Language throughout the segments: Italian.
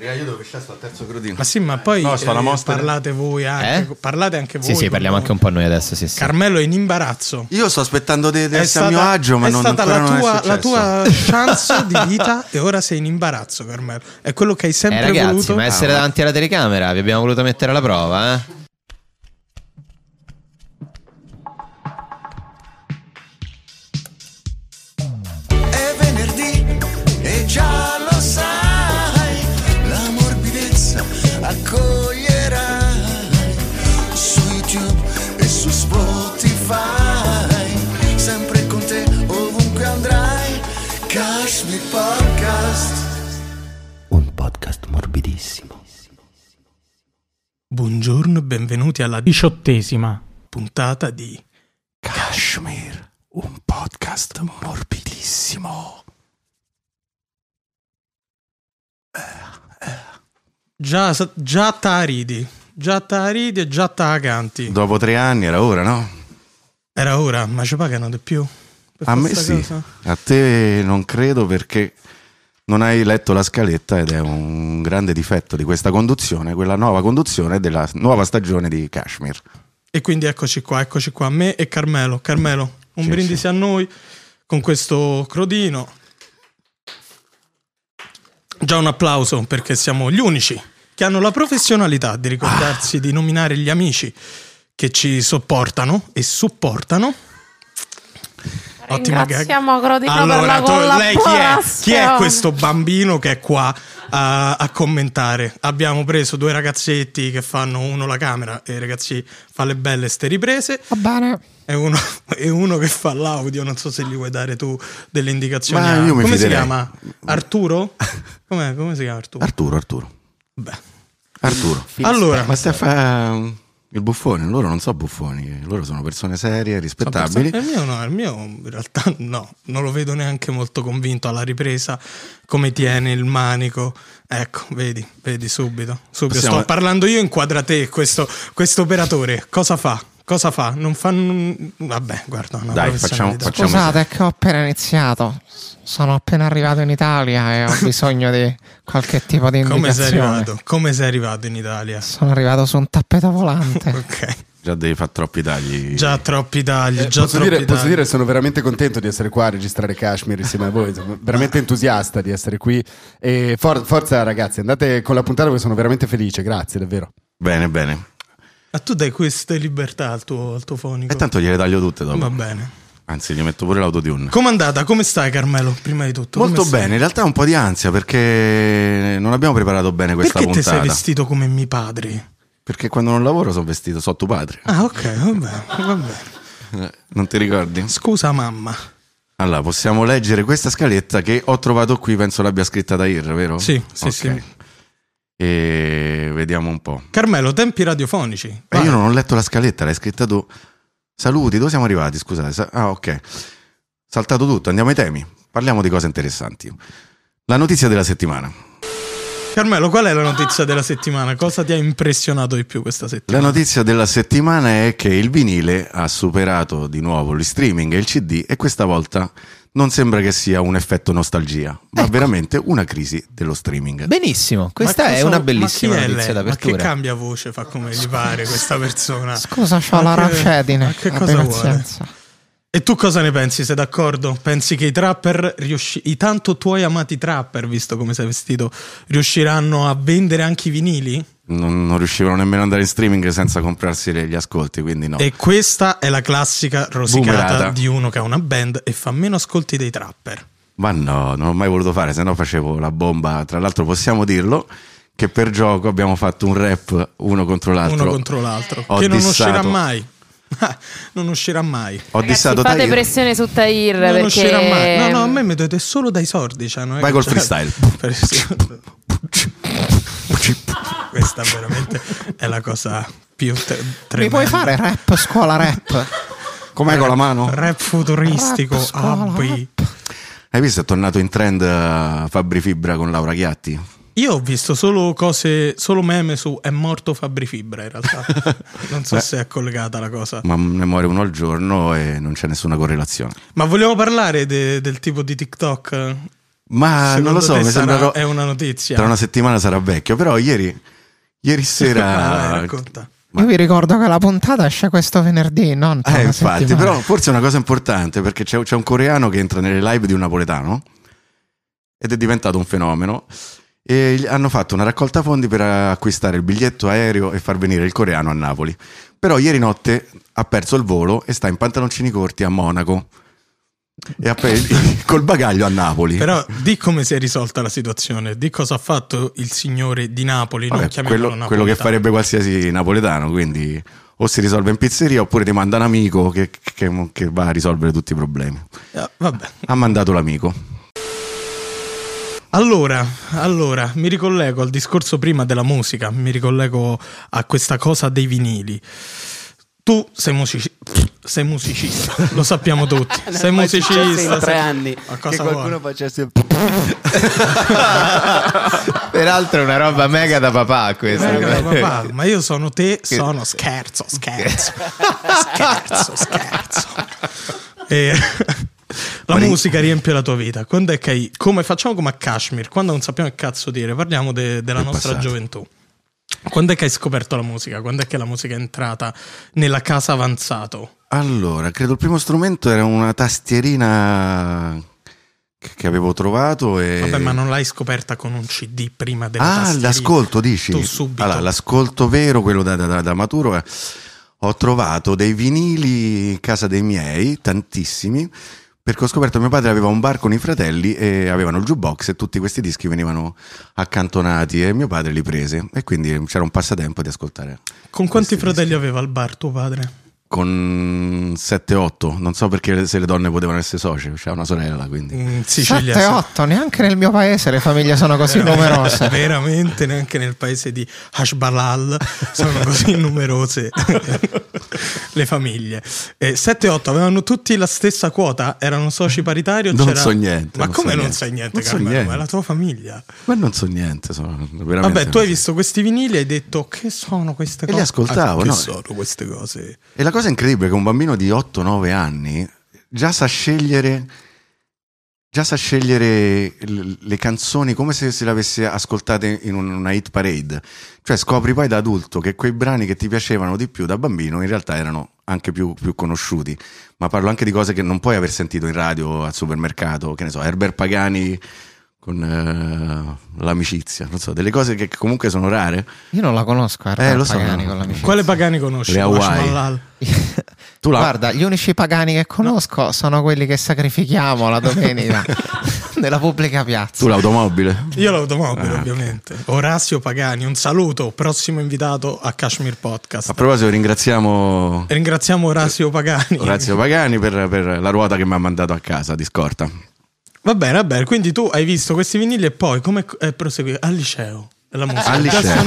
Io devo pesciare sto al terzo crodino. Ma sì, ma poi parlate voi anche. Parlate anche voi. Sì, parliamo anche un po' noi adesso. Sì. Carmelo è in imbarazzo. Io sto aspettando di essere a mio agio, ma non è successo. La tua chance di vita e ora sei in imbarazzo, Carmelo. È quello che hai sempre ragazzi, voluto. Ma essere davanti alla telecamera, vi abbiamo voluto mettere alla prova, eh? È venerdì e già lo sai, la morbidezza accoglierai su YouTube e su Spotify, sempre con te ovunque andrai. Kashmir Podcast, un podcast morbidissimo. Buongiorno e benvenuti alla 18ª puntata di Kashmir, un podcast morbidissimo. Già taridi e già taganti. Dopo 3 anni era ora, no? Era ora, ma ci pagano di più? A me sì, cosa? A te non credo, perché non hai letto la scaletta ed è un grande difetto di questa conduzione, quella nuova conduzione della nuova stagione di Kashmir. E quindi eccoci qua, me e Carmelo. Carmelo, un brindisi a noi con questo crodino. Già un applauso, perché siamo gli unici che hanno la professionalità di ricordarsi di nominare gli amici che ci sopportano e supportano. Ottima gag. Allora, lei chi è questo bambino che è qua a commentare? Abbiamo preso 2 ragazzetti che fanno, uno la camera e ragazzi fa le belle ste riprese. Va bene. E uno che fa l'audio. Non so se gli vuoi dare tu delle indicazioni. Ma io mi come fiderei. Si chiama? Arturo? Come si chiama Arturo? Arturo. Beh. Arturo. Allora, ma stai a fare il buffone? Loro non sono buffoni, loro sono persone serie, rispettabili. Il mio in realtà no, non lo vedo neanche molto convinto alla ripresa, come tiene il manico. Ecco, vedi subito. Sto parlando io, inquadra te questo operatore. Cosa fa? Non fa. Vabbè, guarda. Dai, facciamo. Scusate, che ho appena iniziato. Sono appena arrivato in Italia e ho bisogno di qualche tipo di indicazione. Come sei arrivato in Italia? Sono arrivato su un tappeto volante. Ok. Già devi fare troppi tagli. Posso dire, sono veramente contento di essere qua a registrare Kashmir insieme a voi. Sono veramente entusiasta di essere qui. E forza ragazzi, andate con la puntata, perché sono veramente felice. Grazie, davvero. Bene. Ma tu dai queste libertà al tuo fonico? E tanto gliele taglio tutte dopo. Va bene. Anzi, gli metto pure l'autotune. Com'è andata? Come stai, Carmelo? Prima di tutto. Molto bene, in realtà un po' di ansia, perché non abbiamo preparato bene questa puntata. Perché ti sei vestito come mio padre? Perché quando non lavoro sono vestito, so tuo padre. Ah, ok, va bene. Non ti ricordi? Scusa mamma. Allora, possiamo leggere questa scaletta che ho trovato qui, penso l'abbia scritta Tahir, vero? Sì. E vediamo un po'. Carmelo, tempi radiofonici. Io non ho letto la scaletta, l'hai scritta tu. Saluti, dove siamo arrivati? Scusate. Ok. Saltato tutto, andiamo ai temi. Parliamo di cose interessanti. La notizia della settimana. Carmelo, qual è la notizia della settimana? Cosa ti ha impressionato di più questa settimana? La notizia della settimana è che il vinile ha superato di nuovo il streaming e il CD, e questa volta non sembra che sia un effetto nostalgia, ma veramente una crisi dello streaming. Benissimo, questa è una bellissima notizia d'apertura. Ma che cambia voce, fa come gli pare questa persona. Scusa, c'ho la racedine. Ma che cosa vuole? E tu cosa ne pensi? Sei d'accordo? Pensi che i trapper, i tanto tuoi amati trapper, visto come sei vestito, riusciranno a vendere anche i vinili? Non riuscivano nemmeno ad andare in streaming senza comprarsi gli ascolti, quindi no. E questa è la classica rosicata di uno che ha una band e fa meno ascolti dei trapper. Ma no, non ho mai voluto fare, se no facevo la bomba. Tra l'altro possiamo dirlo che per gioco abbiamo fatto un rap uno contro l'altro. Che non uscirà mai. Non uscirà mai. Ho dissato fate Tahir. Pressione su Tahir, non perché uscirà mai. No, a me mi dovete solo dai sordi, cioè, non è vai col freestyle. Questa veramente è la cosa più tremenda. Mi puoi fare rap, scuola rap? Com'è con la mano? Rap futuristico. Hai visto, è tornato in trend Fabri Fibra con Laura Chiatti? Io ho visto solo meme su è morto Fabri Fibra, in realtà. Non so se è collegata la cosa. Ma ne muore uno al giorno e non c'è nessuna correlazione. Ma vogliamo parlare del tipo di TikTok? Ma non lo so, mi sembra è una notizia. Tra una settimana sarà vecchio, però ieri sera racconta. Io vi ricordo che la puntata esce questo venerdì, non tra una infatti, settimana. però forse è una cosa importante, perché c'è un coreano che entra nelle live di un napoletano ed è diventato un fenomeno, e hanno fatto una raccolta fondi per acquistare il biglietto aereo e far venire il coreano a Napoli. Però ieri notte ha perso il volo e sta in pantaloncini corti a Monaco e col bagaglio a Napoli. Però di come si è risolta la situazione, di cosa ha fatto il signore di Napoli. Non chiamiamolo quello che farebbe qualsiasi napoletano, quindi o si risolve in pizzeria oppure ti manda un amico che va a risolvere tutti i problemi. Vabbè. Ha mandato l'amico. Allora, mi ricollego al discorso prima della musica, mi ricollego a questa cosa dei vinili. Tu sei musicista, lo sappiamo tutti. Sei musicista. In 3 anni che qualcuno facesse. Peraltro è una roba mega da papà questa. Mega da papà. Ma io sono te, sono scherzo. E la musica riempie la tua vita. Quando è che facciamo come a Kashmir, quando non sappiamo che cazzo dire, parliamo della nostra gioventù. Quando è che hai scoperto la musica? Quando è che la musica è entrata nella casa avanzato? Allora, credo il primo strumento era una tastierina che avevo trovato e... Vabbè, ma non l'hai scoperta con un CD prima della tastierina? L'ascolto, dici? Tu subito. Allora, l'ascolto vero, quello da maturo, ho trovato dei vinili in casa dei miei, tantissimi, perché ho scoperto che mio padre aveva un bar con i fratelli e avevano il jukebox e tutti questi dischi venivano accantonati e mio padre li prese e quindi c'era un passatempo di ascoltare. Con quanti fratelli aveva il bar tuo padre? Con 7-8, non so perché se le donne potevano essere socie, c'è una sorella, quindi in Sicilia 7-8, neanche nel mio paese le famiglie sono così numerose. Veramente, neanche nel paese di Hashbalal sono così numerose le famiglie. 7-8 avevano tutti la stessa quota? Erano soci paritari o non c'era... so niente. Ma come non sai niente, Carmelo? Ma è la tua famiglia. Ma non so niente, sono veramente... Vabbè, tu hai visto questi vinili e hai detto che sono queste cose? E li ascoltavo, che no? sono queste cose? E la cosa incredibile è che un bambino di 8-9 anni già sa scegliere le canzoni come se le avesse ascoltate in una hit parade. Cioè scopri poi da adulto che quei brani che ti piacevano di più da bambino in realtà erano anche più conosciuti. Ma parlo anche di cose che non puoi aver sentito in radio al supermercato, che ne so, Herbert Pagani con l'amicizia, non so, delle cose che comunque sono rare. Io non la conosco, lo so, Pagani con l'amicizia. Quale Pagani conosci? Le Hawaii. Guarda, gli unici pagani che conosco sono quelli che sacrifichiamo la domenica nella pubblica piazza. Tu l'automobile? Io l'automobile, ovviamente. Orazio Pagani, un saluto, prossimo invitato a Kashmir Podcast. A proposito, ringraziamo Orazio Pagani. Orazio Pagani per la ruota che mi ha mandato a casa di scorta. Va bene, quindi tu hai visto questi vinili e poi come è proseguito? Al liceo? La musica. Al liceo.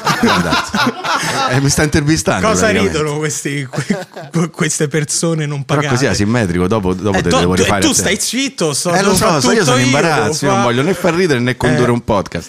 Mi sta intervistando. Cosa ridono queste persone non pagate? Però così asimmetrico, dopo te devo rifare. Tu stai zitto, lo so, io sono in imbarazzo, io non voglio né far ridere né condurre un podcast.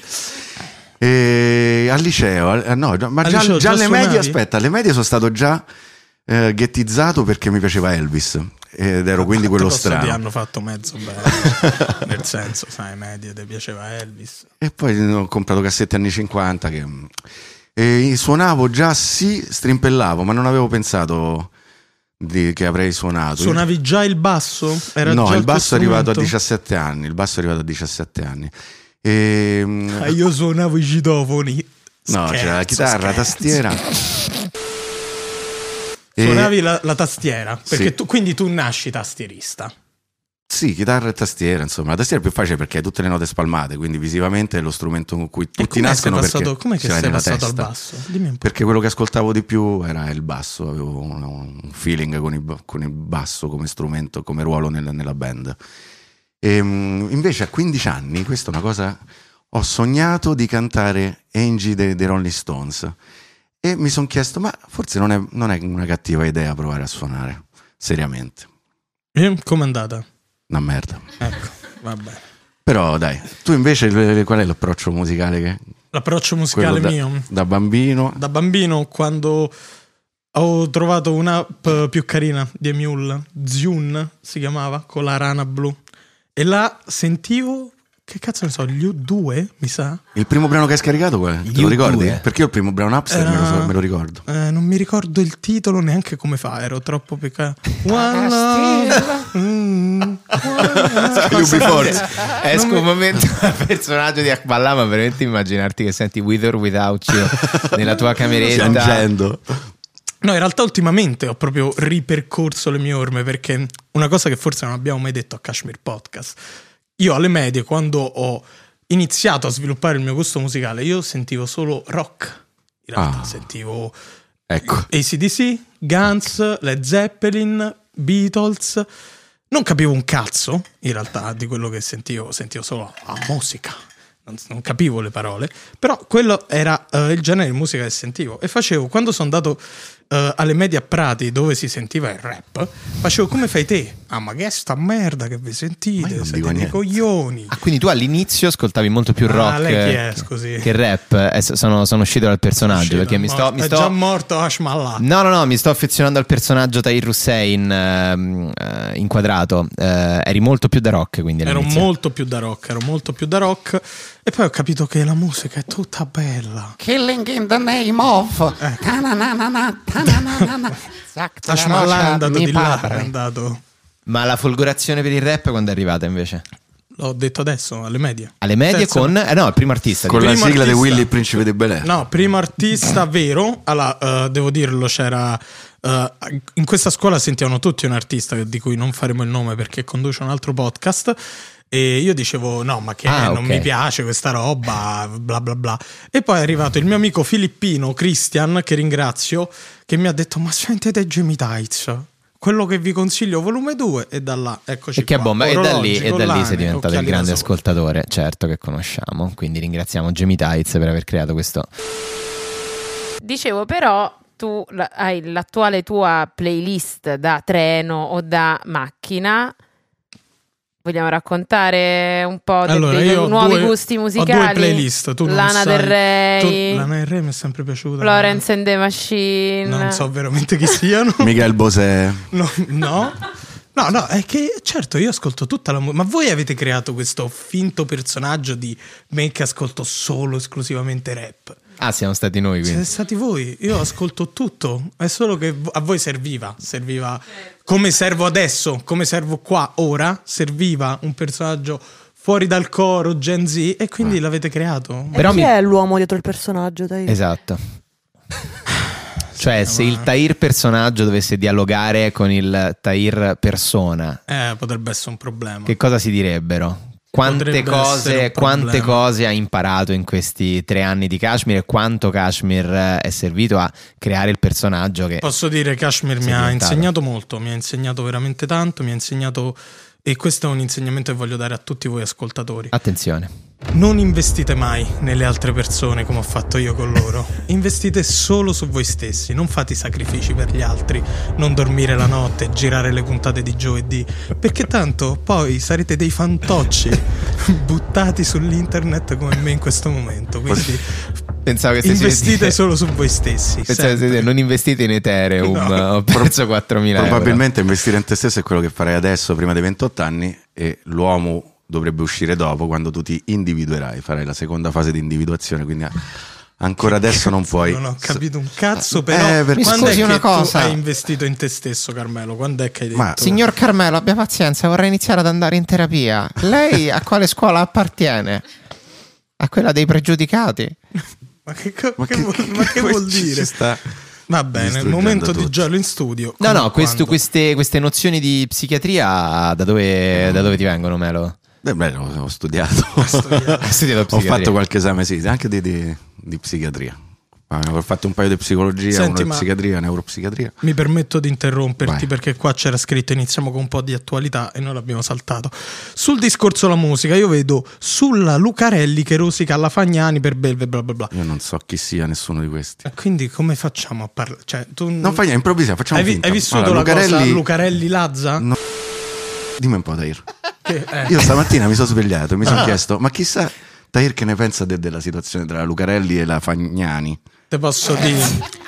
Al liceo, no, ma già alle medie, aspetta, alle medie sono stato già ghettizzato perché mi piaceva Elvis. Ed ero quindi quello strano. Ti hanno fatto mezzo bene. Nel senso, sai, media ti piaceva Elvis. E poi ho comprato cassette anni 50 e suonavo già, strimpellavo, ma non avevo pensato che avrei suonato. Suonavi già il basso? No, il basso è arrivato a 17 anni. Io suonavo i citofoni. No, c'era la chitarra, la tastiera. Suonavi la tastiera, perché sì. Quindi tu nasci tastierista. Sì, chitarra e tastiera, insomma. La tastiera è più facile perché hai tutte le note spalmate, quindi visivamente è lo strumento con cui tutti nascono. Come che sei passato al basso? Dimmi un po'. Perché quello che ascoltavo di più era il basso, avevo un feeling con il basso come strumento, come ruolo nella band. E invece a 15 anni, questa è una cosa, ho sognato di cantare Angie dei Rolling Stones. E mi sono chiesto, ma forse non è una cattiva idea provare a suonare, seriamente. E com'è andata? Una merda. Ecco, va bene. Però dai, tu invece qual è l'approccio musicale L'approccio musicale mio? Da bambino? Da bambino, quando ho trovato un'app più carina di Emule, Zune si chiamava, con la rana blu. E là sentivo che cazzo ne so, gli U2, mi sa? Il primo brano che hai scaricato qual è? Te lo ricordi? Perché io il primo brano Upstairs me lo ricordo. Non mi ricordo il titolo neanche come fa, ero troppo peccato. One love. Esco un momento al personaggio di Akballah, ma veramente immaginarti che senti With or Without You nella tua cameretta. Piangendo. No, in realtà ultimamente ho proprio ripercorso le mie orme, perché una cosa che forse non abbiamo mai detto a Kashmir Podcast. Io alle medie, quando ho iniziato a sviluppare il mio gusto musicale, io sentivo solo rock. In realtà sentivo AC/DC, Guns, Led Zeppelin, Beatles. Non capivo un cazzo, in realtà, di quello che sentivo solo la musica. Non capivo le parole, però quello era il genere di musica che sentivo. E facevo, quando sono andato alle medie a Prati, dove si sentiva il rap, facevo come fai te. Ah, ma che è sta merda che vi sentite? Siete dei coglioni. Ah, quindi tu all'inizio ascoltavi molto più rock che rap. Sono uscito dal personaggio, perché è già morto Ashmallah. No, mi sto affezionando al personaggio Tahir Hussein inquadrato. Eri molto più da rock, quindi ero molto più da rock. E poi ho capito che la musica è tutta bella. Killing in the name of. Ashmallah è andato di là, è andato. Ma la folgorazione per il rap quando è arrivata invece? L'ho detto adesso, alle medie. Alle medie con... no, il primo artista. Con la sigla di Willy, il principe di Bel-Air. No, primo artista vero. Allora, devo dirlo, c'era... in questa scuola sentivano tutti un artista di cui non faremo il nome perché conduce un altro podcast. E io dicevo no, ma che non mi piace questa roba, bla bla bla. E poi è arrivato il mio amico filippino Christian, che ringrazio, che mi ha detto ma sentite Jamie Tights, quello che vi consiglio volume 2. E da là eccoci e che qua. Bomba. E da lì sei diventato il grande ascoltatore, certo, che conosciamo. Quindi ringraziamo Jamie Tights per aver creato questo. Dicevo, però tu hai l'attuale tua playlist da treno o da macchina. Vogliamo raccontare un po' dei nuovi gusti musicali? Ho due playlist, tu non Lana Del Rey. Lana Del Rey mi è sempre piaciuta. Florence and the Machine. Non so veramente chi siano. Miguel Bosé. No, è che certo io ascolto tutta la musica. Ma voi avete creato questo finto personaggio di me che ascolto solo esclusivamente rap. Ah, siamo stati noi, quindi. Siete stati voi. Io ascolto tutto. È solo che a voi serviva come servo adesso, come servo qua ora. Serviva un personaggio fuori dal coro Gen Z e quindi l'avete creato. Però chi è l'uomo dietro il personaggio, Tahir? Esatto. Cioè, se il Tahir personaggio dovesse dialogare con il Tahir persona, potrebbe essere un problema. Che cosa si direbbero? Quante cose ha imparato in questi 3 anni di Kashmir e quanto Kashmir è servito a creare il personaggio che... Posso dire, Kashmir mi ha insegnato molto, mi ha insegnato veramente tanto, mi ha insegnato, e questo è un insegnamento che voglio dare a tutti voi ascoltatori. Attenzione. Non investite mai nelle altre persone come ho fatto io con loro. Investite solo su voi stessi. Non fate i sacrifici per gli altri. Non dormire la notte, girare le puntate di giovedì, perché tanto poi sarete dei fantocci buttati sull'internet come me in questo momento. Quindi pensavo che investite solo su voi stessi. Non investite in Ethereum. No. Ho perso 4.000 probabilmente euro. Investire in te stesso è quello che farai adesso prima dei 28 anni e l'uomo dovrebbe uscire dopo, quando tu ti individuerai, farai la seconda fase di individuazione, quindi ancora adesso non puoi. Non ho capito un cazzo, però quando è che tu hai investito in te stesso, Carmelo? Quando è che hai detto? Signor Carmelo, abbia pazienza, vorrei iniziare ad andare in terapia. Lei a quale scuola appartiene? A quella dei pregiudicati? Ma che vuol dire? Va bene, il momento di Giallo in studio. Queste nozioni di psichiatria da dove ti vengono, Melo? Ho studiato. Ho fatto qualche esame, anche di psichiatria. Ho fatto un paio di psicologia, uno di psichiatria, neuropsichiatria. Mi permetto di interromperti perché qua c'era scritto iniziamo con un po' di attualità e noi l'abbiamo saltato. Sul discorso della musica io vedo sulla Lucarelli che rosica alla Fagnani per Belve bla bla bla. Io non so chi sia nessuno di questi. Quindi come facciamo a parlare? Cioè, tu non fai niente, improvvisiamo, facciamo finta. Hai vissuto la cosa Lucarelli Lazza? No. Dimmi un po', Tahir. Io stamattina mi sono svegliato e mi sono chiesto, ma chissà Tahir che ne pensa della situazione tra la Lucarelli e la Fagnani? Te posso dire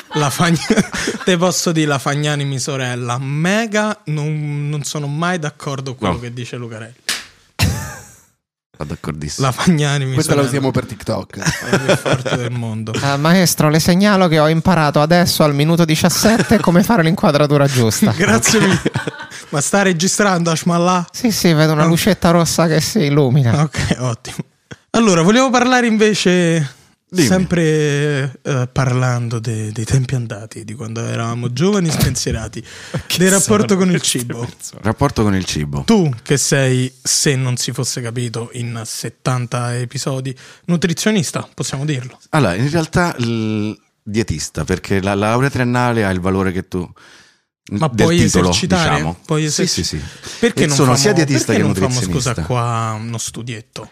la Fagnani mi sorella. Mega non sono mai d'accordo con quello che dice Lucarelli. d'accordissimo. La Fagnani questa la usiamo per TikTok. È il più forte del mondo. Maestro, le segnalo che ho imparato adesso al minuto 17 come fare l'inquadratura giusta. Grazie mille. Ma sta registrando Ashmallah? Sì, vedo una lucetta rossa che si illumina. Ok, ottimo. Allora, volevo parlare invece, sempre parlando dei tempi andati, di quando eravamo giovani spensierati, del rapporto con il cibo. Rapporto con il cibo. Tu che sei, se non si fosse capito, in 70 episodi, nutrizionista, possiamo dirlo. Allora, in realtà dietista, perché la laurea triennale ha il valore che tu... Ma del puoi titolo, esercitare? diciamo. Puoi Sì. Perché non sono famo, sia dietista perché che non famo, nutrizionista. scusa, qua uno studietto?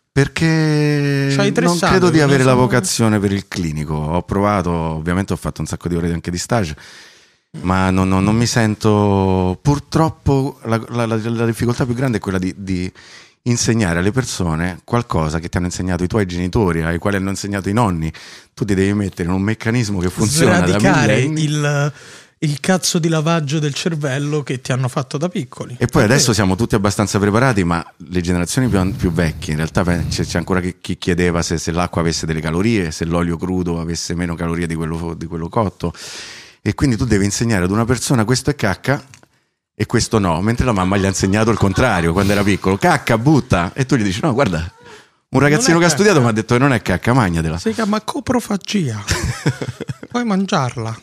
Perché non credo di avere la vocazione per il clinico. Ho provato, ovviamente ho fatto un sacco di ore anche di stage, ma non mi sento... Purtroppo la difficoltà più grande è quella di insegnare alle persone qualcosa che ti hanno insegnato i tuoi genitori, ai quali hanno insegnato i nonni. Tu ti devi mettere in un meccanismo che funziona da millenni. Il cazzo di lavaggio del cervello che ti hanno fatto da piccoli. E poi adesso siamo tutti abbastanza preparati, ma le generazioni più vecchie, in realtà c'è ancora chi chiedeva se l'acqua avesse delle calorie, se l'olio crudo avesse meno calorie di quello cotto. E quindi tu devi insegnare ad una persona questo è cacca e questo no, mentre la mamma gli ha insegnato il contrario quando era piccolo: cacca, butta. E tu gli dici: no, guarda, un ragazzino che ha studiato mi ha detto che non è cacca, mangiatela. Si chiama coprofagia. Puoi mangiarla.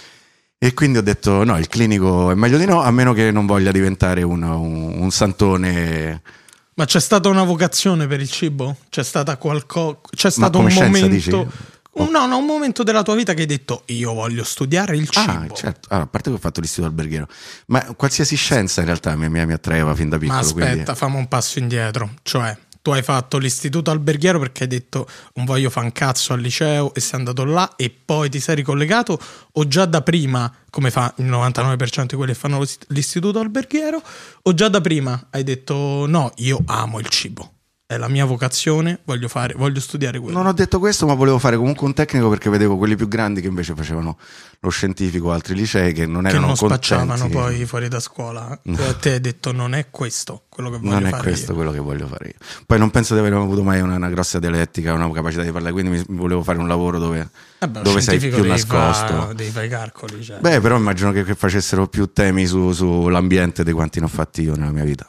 E quindi ho detto no, il clinico è meglio di no, a meno che non voglia diventare un santone. Ma c'è stata una vocazione per il cibo? C'è stata c'è stato un momento, dici? No, un momento della tua vita che hai detto io voglio studiare il cibo. Certo. Allora, a parte che ho fatto l'istituto alberghiero, ma qualsiasi scienza in realtà mi attraeva fin da piccolo. Ma aspetta, quindi... fammi un passo indietro. Cioè, tu hai fatto l'istituto alberghiero perché hai detto non voglio fan cazzo al liceo e sei andato là e poi ti sei ricollegato, o già da prima, come fa il 99% di quelli che fanno l'istituto alberghiero, o già da prima hai detto no, io amo il cibo, è la mia vocazione, voglio studiare quello. Non ho detto questo, ma volevo fare comunque un tecnico, perché vedevo quelli più grandi che invece facevano lo scientifico, altri licei che non erano contenti. Che non spacciavano poi fuori da scuola. No. A te hai detto non è questo quello che voglio fare. Non è questo quello che voglio fare io. Poi non penso di aver avuto mai una grossa dialettica, una capacità di parlare, quindi volevo fare un lavoro dove sei più nascosto. Devi fare i calcoli. Cioè. Beh, però immagino che facessero più temi sull'ambiente di quanti ne ho fatti io nella mia vita.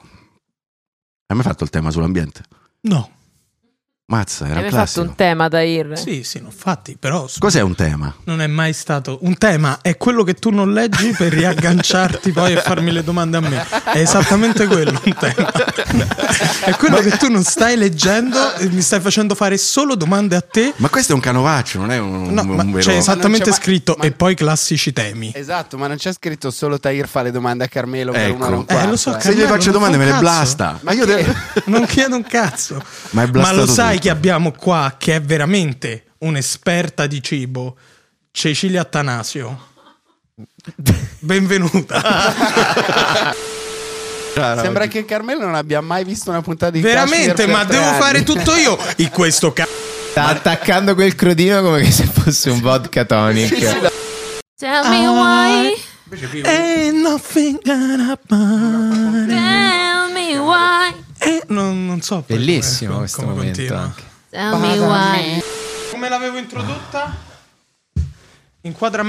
Hai mai fatto il tema sull'ambiente? No. Mazza, era Hai classico. fatto un tema da Ir? Sì, non fatti, però... Cos'è un tema? Non è mai stato... Un tema è quello che tu non leggi per riagganciarti poi e farmi le domande a me. È esattamente quello un tema. È quello che tu non stai leggendo e mi stai facendo fare solo domande a te. Ma questo è un canovaccio, non è un vero... C'è esattamente scritto e poi classici temi. Esatto, ma non c'è scritto solo Tahir fa le domande a Carmelo per ecco. un'ora e un quarto. Lo so, se gli faccio domande me le blasta. Ma io non chiedo un cazzo. Ma lo sai tutto. che abbiamo qua, che è veramente un'esperta di cibo, Cecilia Attanasio. Benvenuta. Sembra che Carmelo non abbia mai visto una puntata di veramente, ma devo fare tutto io in questo sta attaccando quel crodino come se fosse un vodka tonic. Tell me why. Ain't nothing gonna burn. Tell me why. Non so. Bellissimo questo come momento continua. anche. Tell me why. Come l'avevo introdotta? Inquadra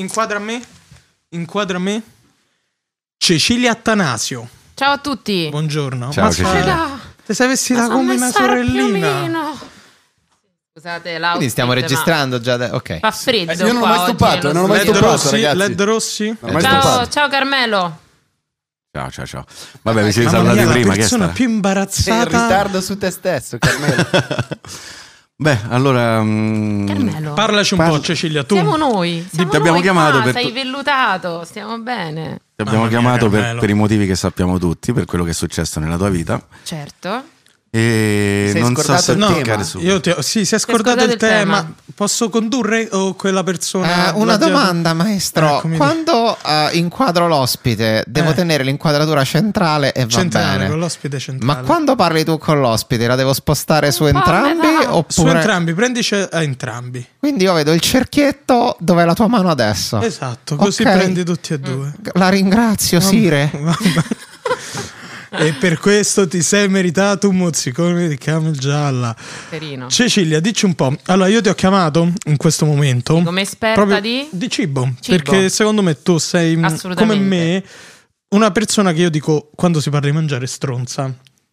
me. Cecilia Attanasio. Ciao a tutti. Buongiorno. Ciao, Cecilia. Ti sei vestita come una sorellina. Scusate, l'outfit, Quindi stiamo registrando già ok. Fa freddo. Io non ho mai stoppato, non ho mai stoppato, ragazzi. LED rossi. Ciao Carmelo. Ciao. Vabbè, vi siete salutati prima. La persona più Sei imbarazzata. in ritardo su te stesso, Carmelo. Beh, allora Carmelo. Parlaci un po', Cecilia, tu. Siamo noi. Ti abbiamo chiamato per sei vellutato, stiamo bene. Ti abbiamo chiamato per i motivi che sappiamo tutti, per quello che è successo nella tua vita. Certo. E Sei non so scordato se il tema. Si è scordato il tema. Posso condurre o quella persona? Una domanda, maestro. Ecco, Quando inquadro l'ospite, devo tenere l'inquadratura centrale e va bene. Con l'ospite centrale. Ma quando parli tu con l'ospite, la devo spostare su entrambi? Oppure... Su entrambi, prendici a entrambi. Quindi io vedo il cerchietto dove è la tua mano adesso. Esatto, così Ok. prendi tutti e due. La ringrazio, Sire. Vabbè. E per questo ti sei meritato un mozzicone di camel gialla. Carino. Cecilia, dici un po'. Allora, io ti ho chiamato in questo momento come esperta di cibo, perché secondo me tu sei come me una persona che io dico quando si parla di mangiare stronza.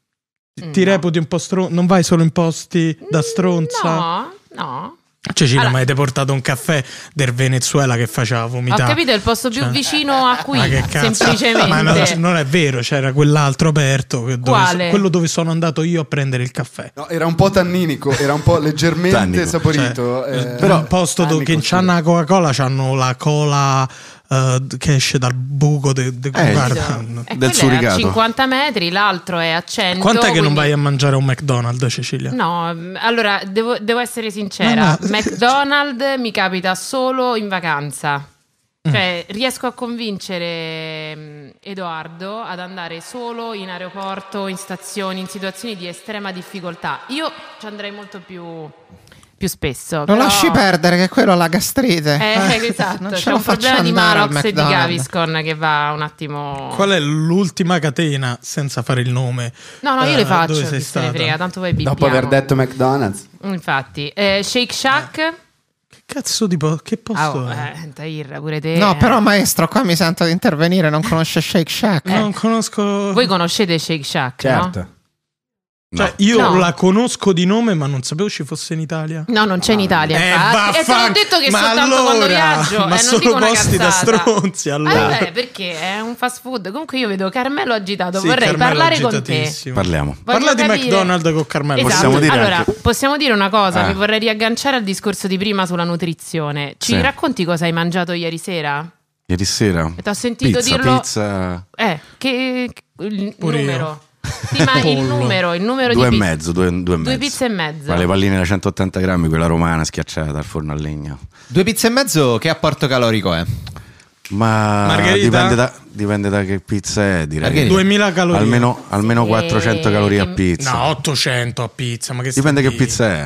Ti reputi un po' stronza? Non vai solo in posti da stronza? No. Cecilia, ma avete portato un caffè del Venezuela che faceva vomitare. Ho capito, è il posto più vicino a qui, semplicemente. Ma non è vero, c'era quell'altro aperto. Quello dove sono andato io a prendere il caffè. No, era un po' tanninico, era un po' leggermente saporito. Però un posto dove che c'hanno la Coca-Cola, c'hanno la cola che esce dal buco del suricato. 50 metri, l'altro è a 100. Quant'è che non vai a mangiare a un McDonald's, Cecilia? No, allora devo essere sincera. McDonald's mi capita solo in vacanza. Cioè riesco a convincere Edoardo ad andare solo in aeroporto, in stazioni, in situazioni di estrema difficoltà. Io ci andrei molto più spesso. Non lasci perdere che quello ha la gastrite. Esatto, c'è un problema di Malox e di Gaviscon che va un attimo. Qual è l'ultima catena, senza fare il nome? No, io le faccio, chi se ne frega, tanto poi bippiamo. Dopo aver detto McDonald's. Infatti, Shake Shack. Che cazzo di che posto è? Tahir, pure te. No, però maestro, qua mi sento di intervenire, non conosce Shake Shack. Non conosco. Voi conoscete Shake Shack, certo. no? Cioè, io la conosco di nome, ma non sapevo ci fosse in Italia. No, non c'è in Italia. E te l'ho detto che soltanto quando viaggio. Ma sono dico posti da stronzi, allora. Perché è un fast food. Comunque io vedo Carmelo agitato. Vorrei parlare con te. Parliamo. Parla di McDonald's con Carmelo. Esatto. Possiamo dire una cosa. Mi vorrei riagganciare al discorso di prima sulla nutrizione. Ci racconti cosa hai mangiato ieri sera? Ieri sera? Ti ho sentito dirlo. Pizza. Che il numero. Sì, ma il numero due di e mezzo, due pizze e mezzo. Ma le palline da 180 grammi, quella romana schiacciata al forno a legna. 2 pizze e mezzo, che apporto calorico è? Ma dipende da che pizza è, direi. 2000 calorie. Almeno 400 calorie a pizza. No, 800 a pizza. Ma che dipende che pizza è.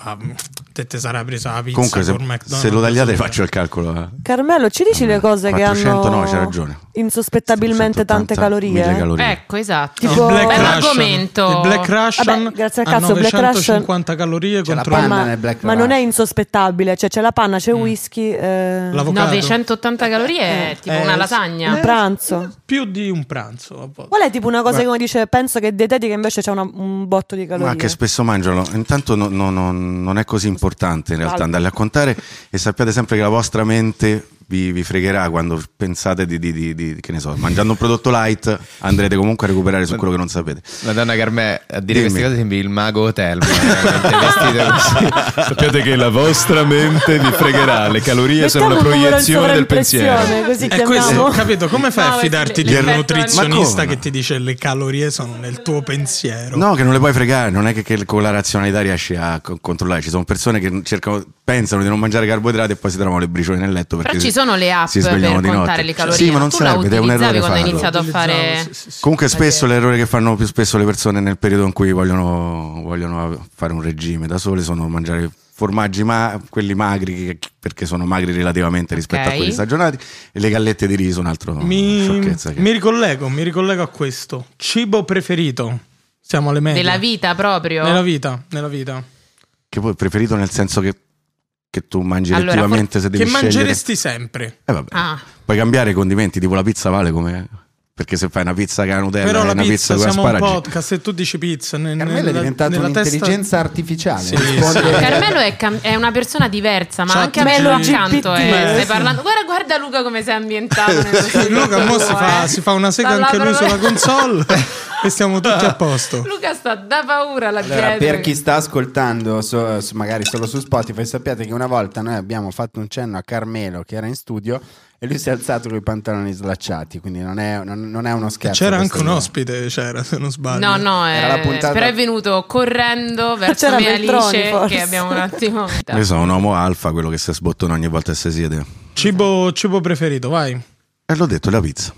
Te sarà presa la pizza. Comunque, se lo tagliate, faccio il calcolo. Carmelo, ci dici le cose 400, che hanno no, c'è ragione. Insospettabilmente tante calorie? Ecco, esatto. Tipo argomento. Il Black Russian. Vabbè, grazie al cazzo, Black Russian 950 calorie c'è contro la panna nel Black ma non è insospettabile, cioè c'è la panna, c'è whisky, l'avocado. 980 calorie è tipo una lasagna. Un pranzo. Più di un pranzo a volte. Qual è tipo una cosa che uno dice penso che dietetica invece c'è un botto di calorie? Ma che spesso mangiano. Intanto non è così importante in realtà andarle a contare, e sappiate sempre che la vostra mente vi fregherà quando pensate di che ne so, mangiando un prodotto light andrete comunque a recuperare su quello che non sapete. Madonna Carmè, a dire queste cose sembri il mago Hotel, vestito così. Sappiate che la vostra mente vi fregherà, le calorie sono una proiezione del pensiero. Così questo, capito? Come fai a fidarti di un nutrizionista che ti dice le calorie sono nel tuo pensiero? No, che non le puoi fregare, non è che con la razionalità riesci a controllare. Ci sono persone che pensano di non mangiare carboidrati e poi si trovano le briciole nel letto perché però ci sono le app per contare le calorie. Sì, ma non serve, è un errore quando hai farlo. iniziato a fare comunque spesso l'errore che fanno più spesso le persone nel periodo in cui vogliono fare un regime da sole sono mangiare formaggi quelli magri perché sono magri relativamente rispetto a quelli stagionati, e le gallette di riso un'altra sciocchezza mi ricollego a questo cibo preferito. Siamo alle medie della vita proprio nella vita che poi preferito nel senso che tu mangi effettivamente se devi che scegliere. Mangeresti sempre. Vabbè. Puoi cambiare i condimenti, tipo la pizza vale come. Perché se fai una pizza con la Nutella, però la una pizza con siamo asparagi. un podcast e tu dici pizza. Carmelo è diventato un'intelligenza artificiale. Sì. Carmelo è una persona diversa, ma anche a me accanto stai parlando. Guarda Luca come si è ambientato. Luca mo si fa una sega anche lui sulla console e stiamo tutti a posto. Luca sta da paura alla allora, per chi sta ascoltando magari solo su Spotify, sappiate che una volta noi abbiamo fatto un cenno a Carmelo che era in studio e lui si è alzato con i pantaloni slacciati, quindi non è uno scherzo. C'era anche un ospite, se non sbaglio. No, però è venuto correndo verso me Alice che abbiamo un attimo. Io sono un uomo alfa, quello che si sbottona ogni volta che si siede. Cibo preferito, vai. L'ho detto, la pizza.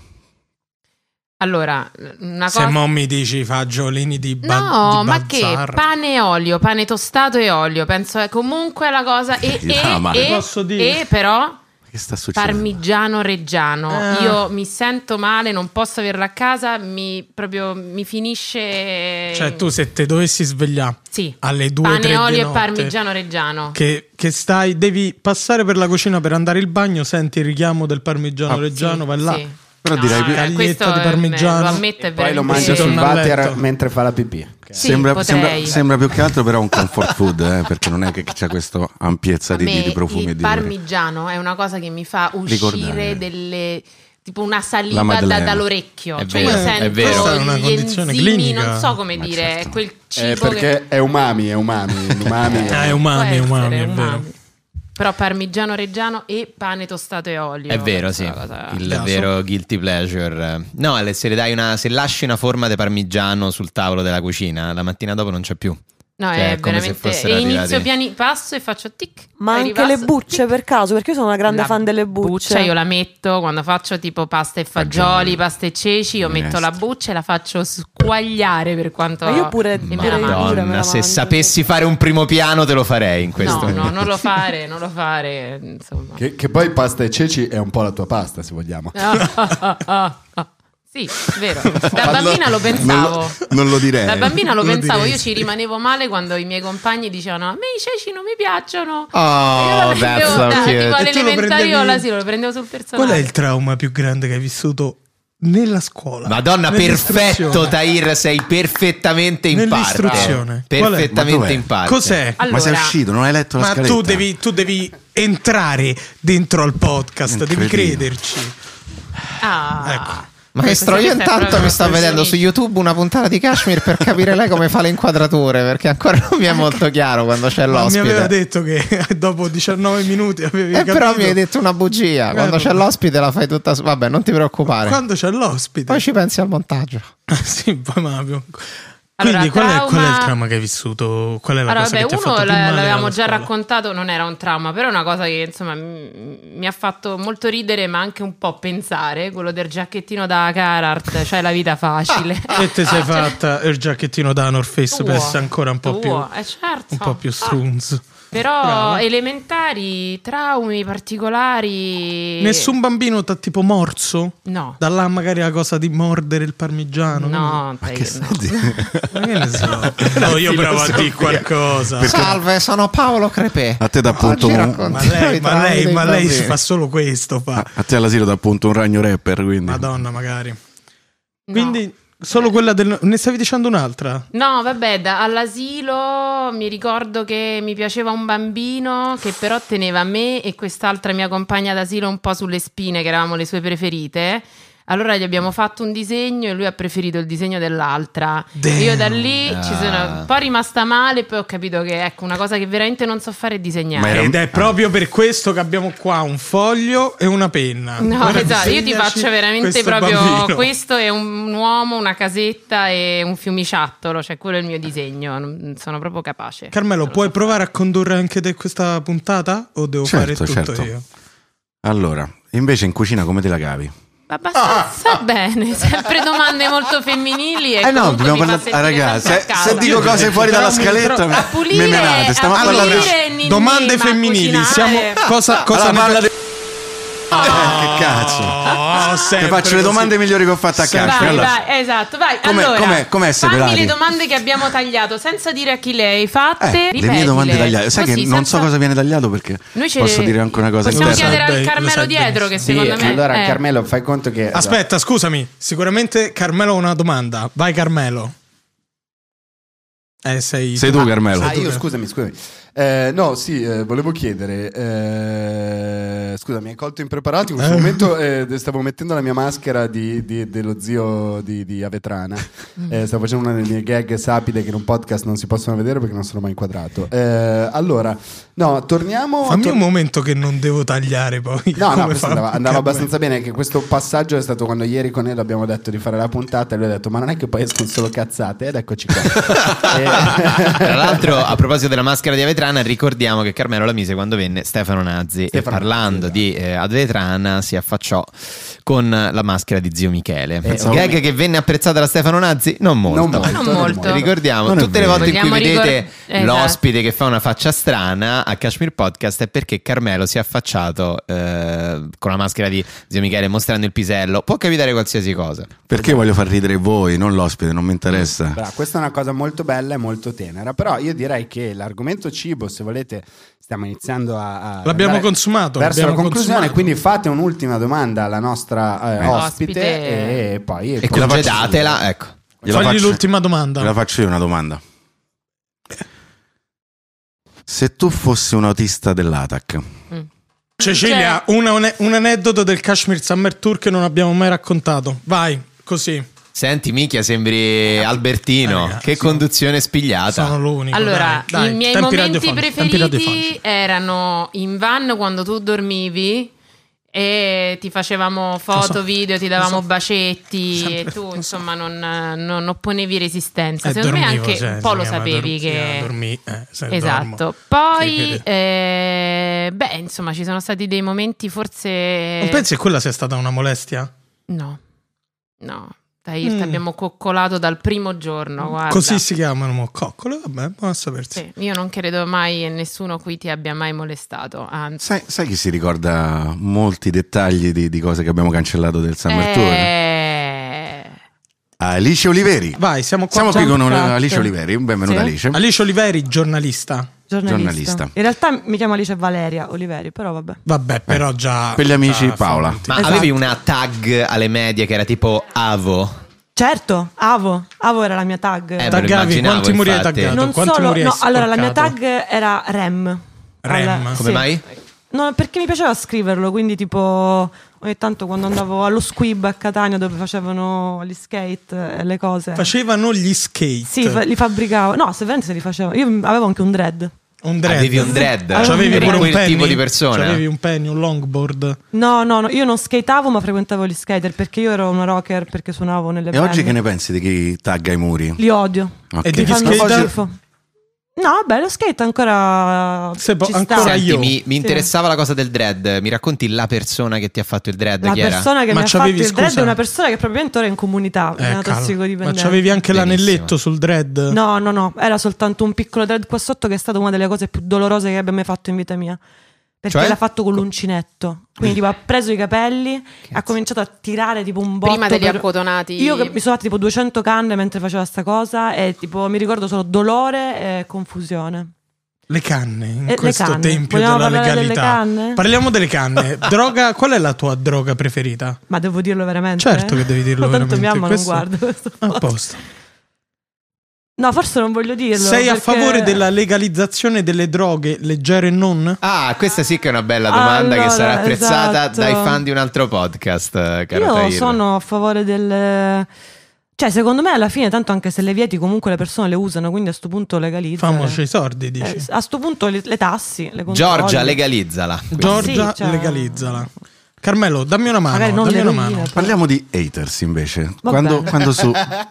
Allora, una cosa. Se mo mi dici fagiolini di No, di ma Bazzar. che pane e olio, pane tostato e olio, penso è comunque la cosa. E posso dire? però Che sta succedendo? Parmigiano Reggiano. Io mi sento male, non posso averlo a casa, mi finisce. Cioè, tu se te dovessi svegliare alle 2-3 pane, olio di e notte, parmigiano Reggiano, che stai, devi passare per la cucina per andare il bagno, senti il richiamo del parmigiano Reggiano, vai là. Sì. Però direi più caglietta di parmigiano, lo ammetto, è Poi lo veramente- mangi sul torna a water letto. mentre fa la pipì. Sì, sembra potrei. più che altro però un comfort food, perché non è che c'è questa ampiezza A me di profumi e il di odori. parmigiano è una cosa che mi fa uscire delle tipo una La saliva Maddalena. dall'orecchio. È Cioè vero, io è sento vero. Questa è una gli condizione enzimi, clinica. non so come Ma dire, certo. è quel cibo Perché è umami. È Può umami, essere, è vero. Però parmigiano Reggiano e pane tostato e olio. È vero, sì. Questa cosa- Il vero guilty pleasure. No, se lasci una forma di parmigiano sul tavolo della cucina, la mattina dopo non c'è più. No, Cioè, è come se veramente. fossero E inizio arrivati- piani passo e faccio tic. Ma poi anche ripasso, le bucce tic. per caso, perché io sono una grande La fan delle bucce. Io la metto quando faccio tipo pasta e fagioli, pasta e ceci. Io metto la buccia e la faccio squagliare per quanto. Ma io pure- e me pure la io. mangio. me la Madonna, se mangio. sapessi fare un primo piano te lo farei in questo No, momento. non lo fare. Insomma. Che poi pasta e ceci è un po' la tua pasta, se vogliamo. Sì, vero. Da bambina lo pensavo. Non lo direi. Da bambina lo Lo pensavo, direi, io sì. ci rimanevo male quando i miei compagni dicevano: a me i ceci non mi piacciono. Oh, E io that's so da- cute. tipo E tu lo all'elementare prendevi- io all'asilo lo prendevo sul personale. Qual è il trauma più grande che hai vissuto nella scuola? Madonna, perfetto, Nell'istruzione. Tahir, sei perfettamente in parte. Nell'istruzione. Qual è? Ma Perfettamente dov'è? in parte. Cos'è? Ma sei uscito, non hai letto la Ma scaletta? tu devi entrare dentro al podcast, devi Incredibile. crederci. Ah. Ecco. Maestro, io Questa è intanto proprio mi sto una vedendo su professionista. YouTube una puntata di Kashmir per capire lei come fa le inquadrature, perché ancora non mi è molto chiaro quando c'è Ma mi aveva l'ospite. detto che dopo 19 minuti avevi E capito. però mi hai detto una bugia. Quando c'è l'ospite la fai tutta. Vabbè, non ti preoccupare. Quando c'è l'ospite. Poi ci pensi al montaggio. Sì, poi Allora, quindi qual è il trauma- trauma che hai vissuto? Qual è la Allora, cosa vabbè, che ti ha uno fatto più male l'avevamo alla già scuola? raccontato, non era un trauma, però è una cosa che insomma mi ha fatto molto ridere, ma anche un po' pensare, quello del giacchettino da Carhartt, cioè la vita facile. E te sei fatta il giacchettino da North Face per essere ancora un po' più certo. un po' più strunz. Però Brava. elementari, traumi particolari. Nessun bambino t'ha tipo morso? No. Da là magari la cosa di mordere il parmigiano? No, Ma dai, che no. stai dicendo? Ma che ne so? No, io provo a dire qualcosa. Salve, sono Paolo Crepè. A te dà appunto Oggi un- raccontiamo Ma lei, i traumi dei lei bambini. fa solo questo. Fa. A te all'asilo dà appunto un ragno rapper, quindi. Madonna, magari. No. Quindi solo quella del. Ne stavi dicendo un'altra? No, vabbè, all'asilo mi ricordo che mi piaceva un bambino che però teneva me e quest'altra mia compagna d'asilo un po' sulle spine, che eravamo le sue preferite. Allora gli abbiamo fatto un disegno e lui ha preferito il disegno dell'altra. Damn. Io da lì ci sono un po' rimasta male, poi ho capito che ecco, una cosa che veramente non so fare è disegnare. Ma era- Ed è proprio per questo che abbiamo qua un foglio e una penna. No, Ora esatto, io ti disegnaci faccio veramente questo proprio bambino. questo è un uomo, una casetta e un fiumiciattolo, cioè quello è il mio disegno, sono proprio capace. Carmelo, puoi provare a condurre anche te questa puntata? O devo fare tutto certo. io? Allora, invece in cucina come te la cavi? Abbastanza bene, sempre domande molto femminili e No, comunque dobbiamo mi fa parlare. sentire Ragazzi, sempre a se casa. dico cose fuori dalla scaletta, a pulire, me menate. Stiamo a a parlare pulire ninni, Domande ma femminili, cucinare- siamo cosa Allora, ne parla fa- che cazzo? Oh, Ti sempre faccio le così. domande migliori che ho fatto a Sempre. Cashmere. Vai, Allora, vai, esatto, vai. Com'è- Allora, com'è essere fammi pelati? le domande che abbiamo tagliato senza dire a chi le hai fatte. le mie ripetile. domande tagliate. Sai Così, che non so senza- cosa viene tagliato perché Noi ce posso le- dire anche una cosa Possiamo interna. chiedere Lo al sai Carmelo dietro che Sì, secondo me allora Carmelo, fai conto che Aspetta, scusami. Sicuramente Carmelo ha una domanda. Vai, Carmelo. Sei tu, Carmelo. Ah, io scusami. No, sì, volevo chiedere. Scusa, mi hai colto impreparato. In questo momento stavo mettendo la mia maschera dello zio di Avetrana. Stavo facendo una delle mie gag sapide che in un podcast non si possono vedere perché non sono mai inquadrato. Allora, no, torniamo. Fammi un momento che non devo tagliare poi. No, Come questo fa andava Carmelo? abbastanza bene. Che questo passaggio è stato quando ieri con lui abbiamo detto di fare la puntata e lui ha detto: ma non è che poi escono solo cazzate? Ed eccoci qua. Tra l'altro, a proposito della maschera di Avetrana, ricordiamo che Carmelo la mise quando venne Stefano Nazzi. E parlando parlando di Advetrana, si affacciò con la maschera di Zio Michele. Gag che venne apprezzata da Stefano Nazzi? Non molto. Non molto. Ricordiamo, Non tutte le volte in cui vedete esatto, l'ospite che fa una faccia strana a Kashmir Podcast è perché Carmelo si è affacciato con la maschera di Zio Michele mostrando il pisello. Può capitare qualsiasi cosa. Perché voglio far ridere voi, non l'ospite, non mi interessa. Beh, questa è una cosa molto bella e molto tenera, però io direi che l'argomento cibo, se volete, stiamo iniziando a l'abbiamo consumato verso la conclusione, consumato. quindi fate un'ultima domanda alla nostra ospite e poi congedatela, ecco. Fagli l'ultima domanda. Ve la faccio io una domanda. Se tu fossi un autista dell'ATAC, Cecilia, un aneddoto del Kashmir Summer Tour che non abbiamo mai raccontato. Vai, così. Senti, minchia, sembri Albertino. Ragazzi, che conduzione spigliata. Sono l'unico. Allora, dai. i miei Tempi momenti radiofonici, preferiti erano in van quando tu dormivi e ti facevamo foto, video, ti davamo bacetti Sempre e tu insomma non opponevi resistenza. Secondo dormivo, me anche un po' lo sapevi che... Esatto. Poi beh, insomma, ci sono stati dei momenti forse... Non pensi che quella sia stata una molestia? No. Dai, ti abbiamo coccolato dal primo giorno, guarda. Così si chiamano coccole, vabbè, buona sapersi. Sì, io non credo mai nessuno qui ti abbia mai molestato, anzi. sai chi si ricorda molti dettagli di cose che abbiamo cancellato del Summer Tour? Alice Oliveri. Vai, siamo qua con Alice Oliveri, benvenuta Alice. Alice Oliveri, giornalista. In realtà mi chiamo Alice Valeria Oliveri, però vabbè. Vabbè, però già... Per gli amici Paola. Ma Esatto. avevi una tag alle medie che era tipo Avo? Certo, Avo era la mia tag. Me lo Taggavi, immaginavo, quanti muri hai infatti. taggato? Non Quanti solo, muri hai no, allora la mia sporcato? tag era Rem. Rem. Come mai? No, perché mi piaceva scriverlo, quindi tipo ogni tanto quando andavo allo Squib a Catania dove facevano gli skate e le cose. Facevano gli skate. Sì, li fabbricavo. No, se veramente se li facevo. Io avevo anche un dread. Un dread. Avevi un dread? C'avevi Eri pure un quel penny? tipo di persona? C'avevi un penny, un longboard? No, io non skateavo ma frequentavo gli skater perché io ero una rocker perché suonavo nelle E band. oggi che ne pensi di chi tagga i muri? Li odio. Ok. E di chi Mi fanno skate? schifo. No, vabbè, lo skate ancora Se ci sta. ancora Senti, io. mi interessava la cosa del dread. Mi racconti la persona che ti ha fatto il dread? La Chi era? persona che Ma mi ha fatto c'avevi, il dread scusa? è una persona che probabilmente ora è in comunità, è una Calma. tossicodipendente. Ma c'avevi anche Benissimo. l'anelletto sul dread? No, era soltanto un piccolo dread qua sotto che è stata una delle cose più dolorose che abbia mai fatto in vita mia. Perché Cioè? l'ha fatto con l'uncinetto. Quindi tipo ha preso i capelli, ha cominciato a tirare tipo un botto. Prima degli accotonati. Io che mi sono fatta tipo 200 canne mentre faceva sta cosa e tipo mi ricordo solo dolore e confusione. Le canne in Le questo canne. tempio Vogliamo della parlare delle legalità. canne? Parliamo delle canne. Droga, qual è la tua droga preferita? Ma devo dirlo veramente? Certo che devi dirlo Tanto veramente. mia mamma Questo- non guarda questo. A posto. No, forse non voglio dirlo. Sei a perché- favore della legalizzazione delle droghe, leggere e non? Ah, questa sì che è una bella domanda Allora, che sarà apprezzata esatto. dai fan di un altro podcast, caro Io Tahir. sono a favore del... Cioè, secondo me alla fine, tanto anche se le vieti comunque le persone le usano, quindi a sto punto legalizza. Famoci i sordi, dici. A sto punto le tassi, le controlli. Giorgia, legalizzala. Giorgia, sì, cioè- legalizzala. Carmelo, dammi una mano. Magari non dammi una l'eroina, mano. però. Parliamo di haters invece. Vabbè. Quando su...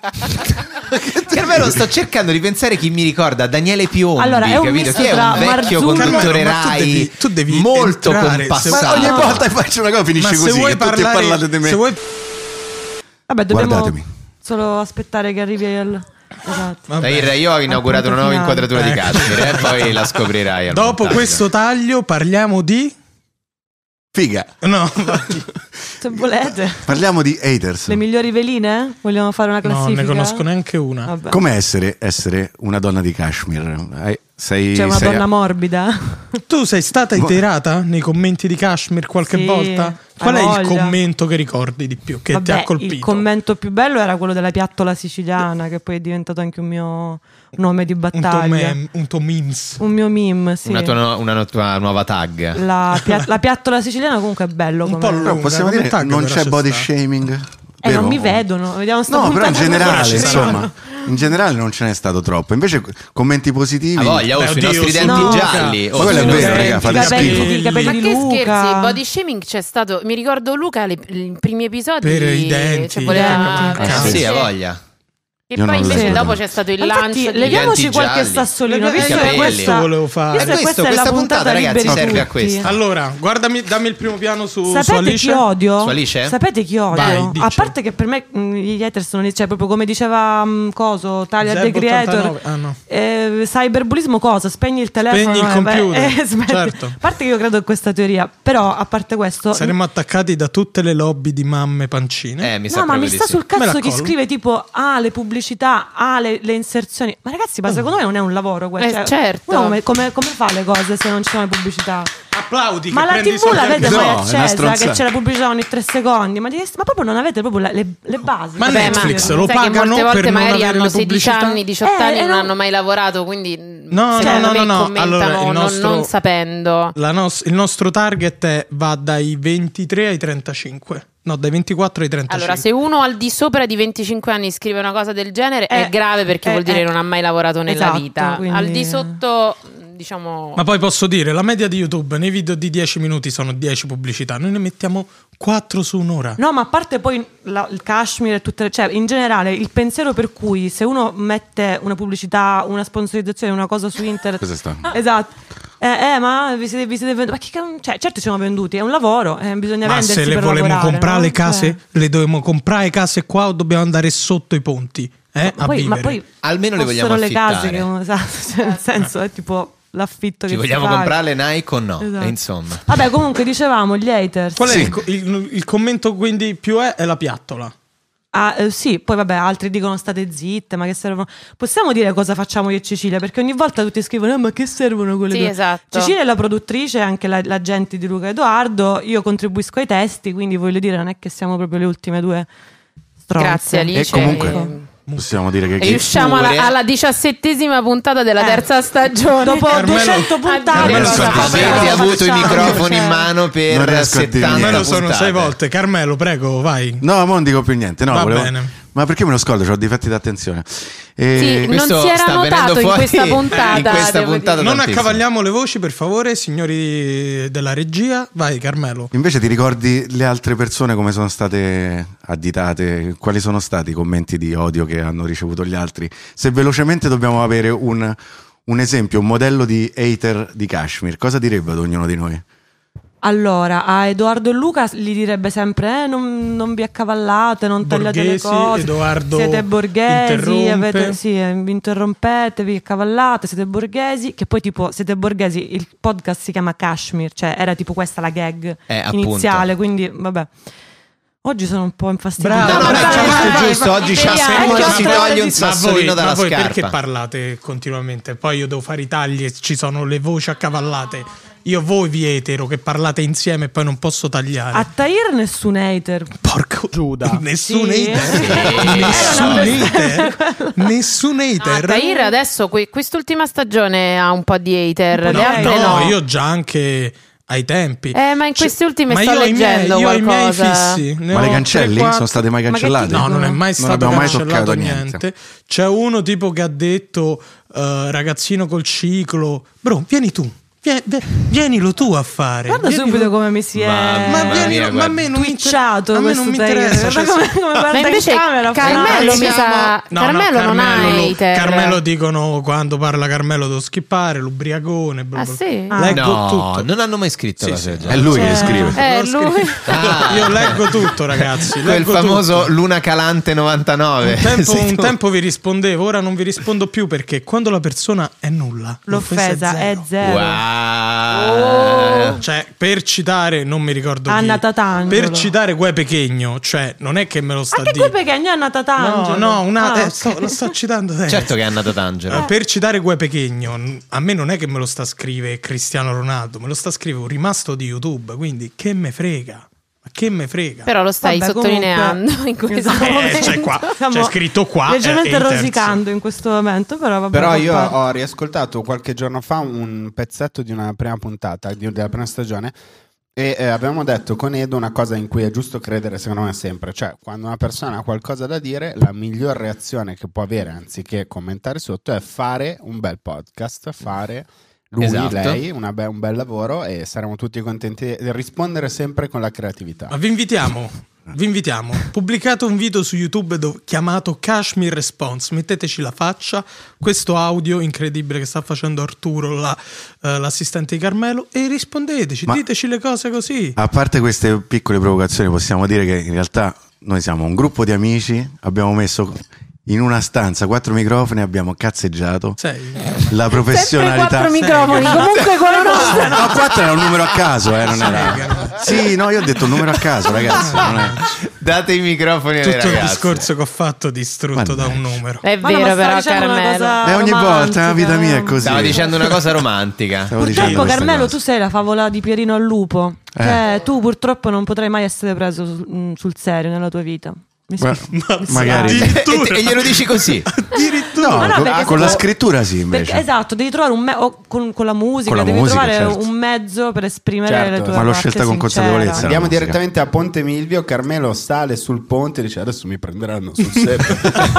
Carmelo, sto cercando di pensare chi mi ricorda Daniele Piombi, Allora, è un capito? misto Chi è tra un vecchio Marzullo- conduttore Carmelo, ma Rai tu devi molto entrare, compassato. Ma ogni volta che faccio una cosa finisce Ma se così, vuoi che tutti parlare, parlate di me. se vuoi... Vabbè, dobbiamo Guardatemi. solo aspettare che arrivi il... Esatto. Vabbè. Tahir, io ho inaugurato una nuova Appunto inquadratura di finale. Kashmir, poi la scoprirai. al Dopo montaggio. questo taglio parliamo di... Figa. No, vai. Se volete. Parliamo di haters. Le migliori veline? Vogliamo fare una No, classifica? ne conosco neanche una. Vabbè. Com'è essere una donna di Kashmir? Sei, C'è una sei- donna morbida? Tu sei stata iterata nei commenti di Kashmir qualche Sì, volta? Qual ha è il voglia. commento che ricordi di più, che ti ha Vabbè, colpito? il commento più bello era quello della piattola siciliana, che poi è diventato anche un mio nome di un tuo battaglia. un tuo memes. Un mio meme, sì. una tua nuova tag. La piattola siciliana comunque è bello. Un come- po' Però lunga, possiamo come dire tag non però c'è c'è body sta. shaming? Non Vero? mi vedono, vediamo sta No, però in puntata. generale, ci sarà. insomma, in generale non ce n'è stato troppo. Invece commenti positivi. A voglia, Beh, sui oddio, nostri sì. denti No. gialli. Ma quello è sui vero, nostri raga, denti fate gialli. schifo. I capelli Ma di che Luca. scherzi, body shaming c'è stato. Mi ricordo Luca i primi episodi Per i denti. cioè, voleva Ah, Sì, a voglia. E poi invece dopo c'è stato il lancio. Leviamoci qualche sassolino. Visto che questa volevo fare. Questa puntata ragazzi serve a questo. Allora, dammi il primo piano su Alice. Sapete chi odio? Su Alice? Sapete chi odio? Vai, a parte che per me gli haters sono, cioè proprio come diceva Talia The Creator, cyberbullismo cosa? Spegni il telefono, spegni il computer. Certo. A parte che io credo in questa teoria, però a parte questo saremmo attaccati da tutte le lobby di mamme pancine. Mi sa mi sta sul cazzo chi scrive tipo le pubblicità, le inserzioni. Ma ragazzi, ma secondo me non è un lavoro questo. Certo. Uno come fa le cose se non ci sono le pubblicità? Applaudi. Ma la TV l'avete mai accesa? Che c'è la pubblicità ogni 3 secondi? Ma proprio non avete proprio le basi. Ma Netflix lo pagano molte volte per magari non avere hanno le 16 anni, 18 anni, non hanno mai lavorato, quindi no. Allora, non sapendo. Il nostro target va dai 23 ai 35. No, dai 24 ai 35. Allora, se uno al di sopra di 25 anni scrive una cosa del genere è grave, perché vuol dire che non ha mai lavorato nella vita. Quindi... Al di sotto, diciamo... Ma poi posso dire, la media di YouTube nei video di 10 minuti sono 10 pubblicità. Noi ne mettiamo 4 su un'ora. No, ma a parte poi il Kashmir e tutte le... Cioè, in generale, il pensiero per cui se uno mette una pubblicità, una sponsorizzazione, una cosa su internet... Cosa sta? Esatto. Ma vi siete venduti? Ma cioè, certo siamo venduti, è un lavoro, bisogna vendersi per lavorare. Ma se le volevamo comprare, no? le case, le dovevamo comprare case qua o dobbiamo andare sotto i ponti? Ma poi almeno le vogliamo affittare. Le case che, nel senso è tipo l'affitto che vogliamo comprare le Nike o no? Esatto. Insomma. Vabbè, comunque dicevamo gli haters. Qual è il commento quindi più è la piattola? Sì, poi vabbè, altri dicono state zitte, ma che servono? Possiamo dire cosa facciamo io e Cecilia? Perché ogni volta tutti scrivono ma che servono quelle cose? Esatto. Cecilia è la produttrice, anche l'agente di Luca Edoardo. Io contribuisco ai testi, quindi voglio dire, non è che siamo proprio le ultime due stronze. Grazie Alice. E comunque possiamo dire che riusciamo alla 17ª puntata della terza stagione. Dopo 200 puntate avete avuto i microfoni in mano per 70 puntate. Sono 6 volte. volte. Carmelo, prego, vai. No, non dico più niente. No, Va bene. Ma perché me lo scollo? Ho difetti d'attenzione. Sì, non si era notato in questa puntata. Non accavalliamo le voci, per favore, signori della regia. Vai, Carmelo. Invece ti ricordi le altre persone come sono state additate? Quali sono stati i commenti di odio che hanno ricevuto gli altri? Se velocemente dobbiamo avere un esempio, un modello di hater di Kashmir, cosa direbbe ad ognuno di noi? Allora, a Edoardo e Luca gli direbbe sempre non vi accavallate, non tagliate le cose, Edoardo siete borghesi, interrompe. vi interrompete, vi accavallate, siete borghesi, che poi tipo siete borghesi, il podcast si chiama Kashmir, cioè era tipo questa la gag iniziale, quindi vabbè. Oggi sono un po' infastidito. Giusto, oggi si toglie un sassolino dalla scarpa. Ma voi perché parlate continuamente? Poi io devo fare i tagli e ci sono le voci accavallate. Voi vi etero che parlate insieme e poi non posso tagliare. A Tahir nessun hater. Porco Giuda. Nessun hater. Nessun hater. Tahir adesso quest'ultima stagione ha un po' di hater. Le altre no, io già anche ai tempi. Ma in queste ultime sto leggendo io qualcosa. I miei fissi. Ma le cancelli? Sono state mai cancellate? No, non è mai stato cancellato niente. C'è uno tipo che ha detto ragazzino col ciclo, bro, vieni tu. Vienilo tu a fare. Guarda subito come mi si è ma a me non twitchato. A me non mi interessa. Ma invece Carmelo mi sa Carmelo non ha hater. Carmelo dicono quando parla Carmelo devo skippare l'ubriacone. Sì? Leggo tutto. Non hanno mai scritto la serie. È lui che scrive. Lui. Io leggo tutto, ragazzi. Quel famoso Luna Calante 99. Un tempo vi rispondevo, ora non vi rispondo più perché quando la persona è nulla, l'offesa è zero. Cioè, per citare, non mi ricordo Anna Tatangelo. Per citare Gue Pechegno, cioè non è che me lo sta dicendo. Gue Pechegno è Anna Tatangelo. Lo sto citando adesso. Certo che è Anna Tatangelo. Per citare Gue Pechegno, a me non è che me lo sta scrive Cristiano Ronaldo, me lo sta scrive un rimasto di YouTube, quindi che me frega. Ma che me frega. Però lo stai sottolineando in questo momento. C'è scritto qua. Leggermente rosicando in questo momento, però vabbè. Però io ho riascoltato qualche giorno fa un pezzetto di una prima puntata della prima stagione e abbiamo detto con Edo una cosa in cui è giusto credere secondo me sempre, cioè quando una persona ha qualcosa da dire la miglior reazione che può avere anziché commentare sotto è fare un bel podcast, fare lui, lei, un bel lavoro e saremo tutti contenti di rispondere sempre con la creatività. Ma vi invitiamo Vi invitiamo, pubblicate un video su YouTube chiamato Kashmir Response, metteteci la faccia, questo audio incredibile che sta facendo Arturo, l'assistente di Carmelo, e rispondeteci, diteci le cose così. A parte queste piccole provocazioni, possiamo dire che in realtà noi siamo un gruppo di amici, abbiamo messo in una stanza 4 microfoni, abbiamo cazzeggiato. La professionalità. 4 microfoni, comunque quello nostro. No, 4 era un numero a caso, non era. Sì, no, io ho detto un numero a caso, ragazzi. Non è... Date i microfoni alle ragazze. Tutto il discorso che ho fatto distrutto da un numero. È vero, però, Carmelo. Ogni volta la vita mia è così. Stavo dicendo una cosa romantica. Purtroppo, Carmelo, tu sei la favola di Pierino al lupo. Tu purtroppo non potrai mai essere preso sul serio nella tua vita. Magari e glielo dici così addirittura con la scrittura sì invece perché, esatto, devi trovare con la musica devi trovare un mezzo per esprimere le tue ma l'ho scelta con consapevolezza. Andiamo direttamente a Ponte Milvio. Carmelo sale sul ponte e dice adesso mi prenderanno sul serio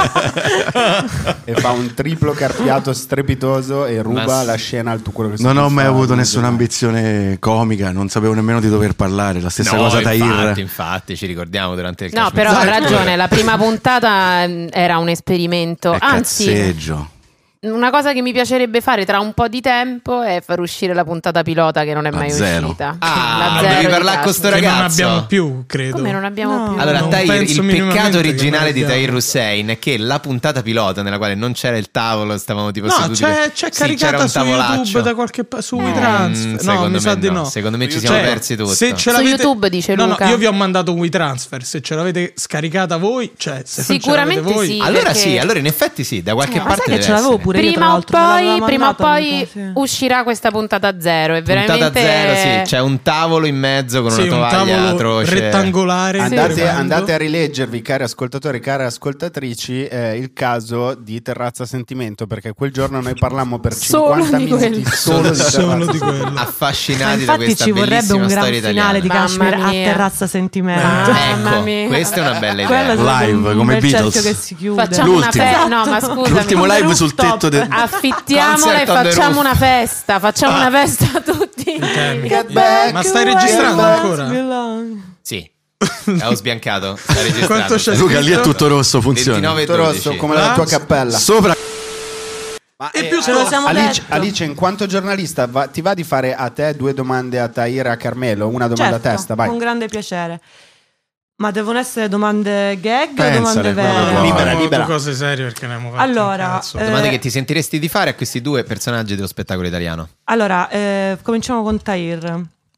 e fa un triplo carpiato strepitoso e ruba la scena al quello che non ho mai avuto nessuna ambizione comica, non sapevo nemmeno di dover parlare, la stessa cosa Tahir. Infatti ci ricordiamo durante il no però ha ragione, la prima puntata era un esperimento, anzi cazzeggio. Una cosa che mi piacerebbe fare tra un po' di tempo è far uscire la puntata pilota che non è mai uscita. Devi parlare con sto ragazzo. Che non abbiamo più, credo. Come non abbiamo più? Allora, Tahir, il peccato originale di Tahir Hussein è che la puntata pilota nella quale non c'era il tavolo, stavamo tipo seduti. C'è caricata su YouTube da qualche su WeTransfer. No, mi sa di no. Secondo me ci siamo persi tutto. Su YouTube dice Luca. Io vi ho mandato un WeTransfer, se ce l'avete scaricata voi, sicuramente sì. Allora sì, allora in effetti sì, da qualche parte deve essere. Prima o poi uscirà questa puntata 0. È veramente puntata 0, sì. C'è un tavolo in mezzo con una tovaglia atroce rettangolare. Andate a rileggervi, cari ascoltatori, care ascoltatrici, il caso di Terrazza Sentimento, perché quel giorno noi parlammo per 50 minuti solo di quello. Affascinati da questa bellissima storia italiana. Infatti ci vorrebbe un gran finale di Kashmir a Terrazza Sentimento. Ecco, questa è una bella idea. Live come Beatles che si chiude. Facciamo una festa. No, ma scusami, l'ultimo live sul tetto affittiamola e facciamo una festa. Facciamo una festa a tutti. Ma stai registrando ancora? Sì. Ho sbiancato. Stai registrando. Luca, lì è tutto rosso, funziona. Tutto rosso come la tua cappella. Sopra. Ma più Alice, in quanto giornalista, ti va di fare a te 2 domande a Tahir e a Carmelo? Una domanda a testa, vai. Con grande piacere. Ma devono essere domande gag o domande vere? Libera. Cose serie perché ne abbiamo fatte. Allora, domande che ti sentiresti di fare a questi 2 personaggi dello spettacolo italiano. Allora, cominciamo con Tahir.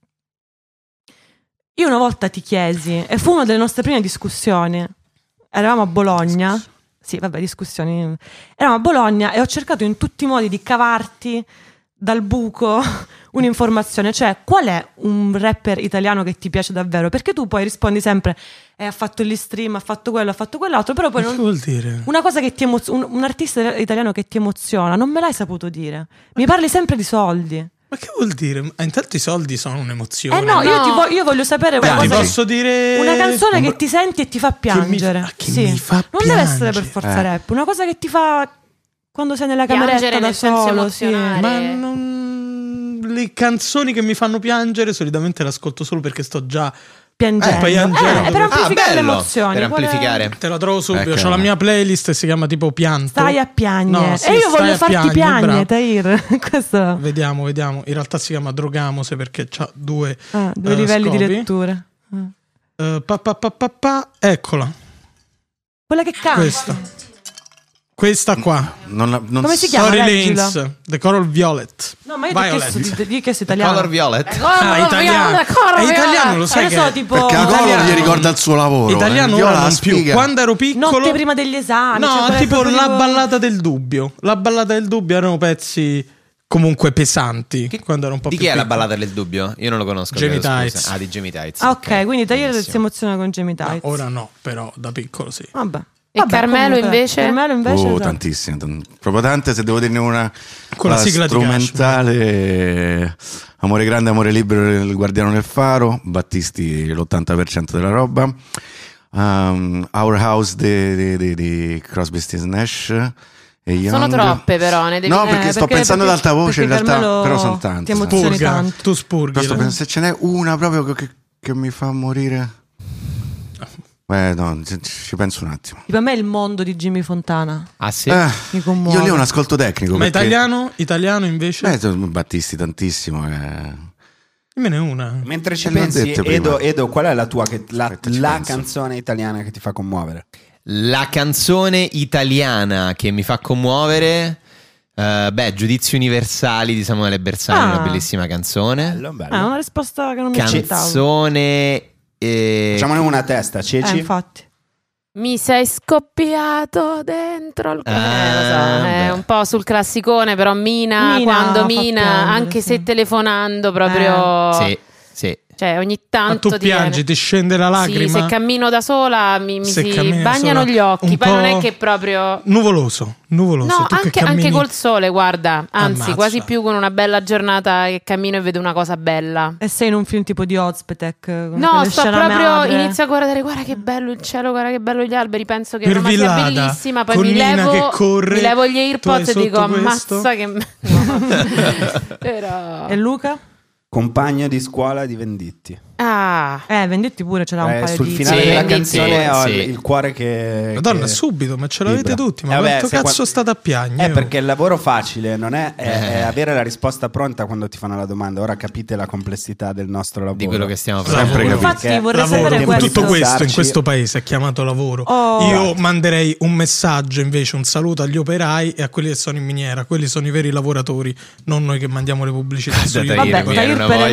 Io una volta ti chiesi, e fu una delle nostre prime discussioni. Eravamo a Bologna. Sì, vabbè, discussioni. Eravamo a Bologna e ho cercato in tutti i modi di cavarti dal buco un'informazione, cioè qual è un rapper italiano che ti piace davvero? Perché tu poi rispondi sempre ha fatto gli stream, ha fatto quello, ha fatto quell'altro, però poi che vuol dire? Una cosa che ti un artista italiano che ti emoziona, non me l'hai saputo dire. Mi parli sempre di soldi. Ma che vuol dire? Intanto i soldi sono un'emozione. No. Io voglio sapere una cosa. Posso dire una canzone che ti senti e ti fa piangere. Mi fa non piangere. Deve essere per forza rap, una cosa che ti fa quando sei nella cameretta da solo, sì. Ma le canzoni che mi fanno piangere solitamente le ascolto solo perché sto già piangendo. Per amplificare le emozioni. Per amplificare. Te la trovo subito. C'ho la mia playlist, si chiama tipo Pianto. Stai a piagne. E io voglio farti piagne, Tahir. Questo. Vediamo. In realtà si chiama Drogamose perché c'ha 2 livelli scopi. di lettura. Eccola. Quella che canta. Questa qua. Come si chiama? Story Lanes, The Coral Violet. No, ma io ti ho chiesto italiano. Color Violet. Italiano. È italiano, lo sai che tipo perché la Color gli ricorda il suo lavoro. Italiano ora non più. Quando ero piccolo. Notte prima degli esami. No, tipo La Ballata del Dubbio. La Ballata del Dubbio erano pezzi comunque pesanti. Quando ero un po' di più chi è piccolo. La Ballata del Dubbio? Io non lo conosco. Jamie Tights. Di Jamie Tights. Ok, quindi Tahir si emoziona con Jamie Tights. Ora no, però da piccolo sì. Vabbè. E Carmelo invece? Esatto. Tantissime, proprio tante. Se devo dirne una con la sigla strumentale, Amore grande, amore libero, Il guardiano del faro, Battisti l'80% della roba, Our House di Crosby, Stills, Nash e Young. Sono troppe però, ne devi... No, perché sto pensando ad alta voce in realtà, però sono tante. Ti emozioni tanto. Tu spurghi. Però sto pensando se ce n'è una proprio che mi fa morire. No, ci penso un attimo. Per me è il mondo di Jimmy Fontana. Ah sì? Mi commuove. Io lì ho un ascolto tecnico. Ma perché... italiano invece? Battisti tantissimo. Me ne una. Mentre ci pensi, Edo, qual è la tua la canzone italiana che ti fa commuovere? La canzone italiana che mi fa commuovere... Giudizi universali di Samuele Bersani, una bellissima canzone. Bello. Una risposta che non mi aspettavo. Canzone facciamone una a testa, Ceci. Infatti. Mi sei scoppiato dentro il cuore. È un po' sul classicone, però Mina quando Mina, anche se telefonando proprio. Sì. Cioè ogni tanto tu piangi, ti scende la lacrima. Sì, se cammino da sola mi si bagnano gli occhi. Poi non è che proprio nuvoloso. No, anche col sole, guarda. Anzi, quasi più con una bella giornata che cammino e vedo una cosa bella. E sei in un film tipo di Ozpetek? No, sto proprio inizio a guardare. Guarda che bello il cielo, guarda che bello gli alberi. Penso che Roma sia bellissima. Poi mi levo gli AirPods e dico ammazza che Però... E Luca? Compagno di scuola di Venditti. Venditti pure ce l'ha un paio sul di... finale della canzone ho il cuore che... Madonna, subito, ma ce l'avete tutti. Ma quanto cazzo state a piangere? Perché il lavoro facile non è avere la risposta pronta quando ti fanno la domanda. Ora capite la complessità del nostro lavoro. Di quello che stiamo facendo. Sempre Infatti vorrei sapere tutto questo in questo paese è chiamato lavoro. Io manderei un messaggio invece, un saluto agli operai e a quelli che sono in miniera. Quelli sono i veri lavoratori, non noi che mandiamo le pubblicità su YouTube. Vabbè, io per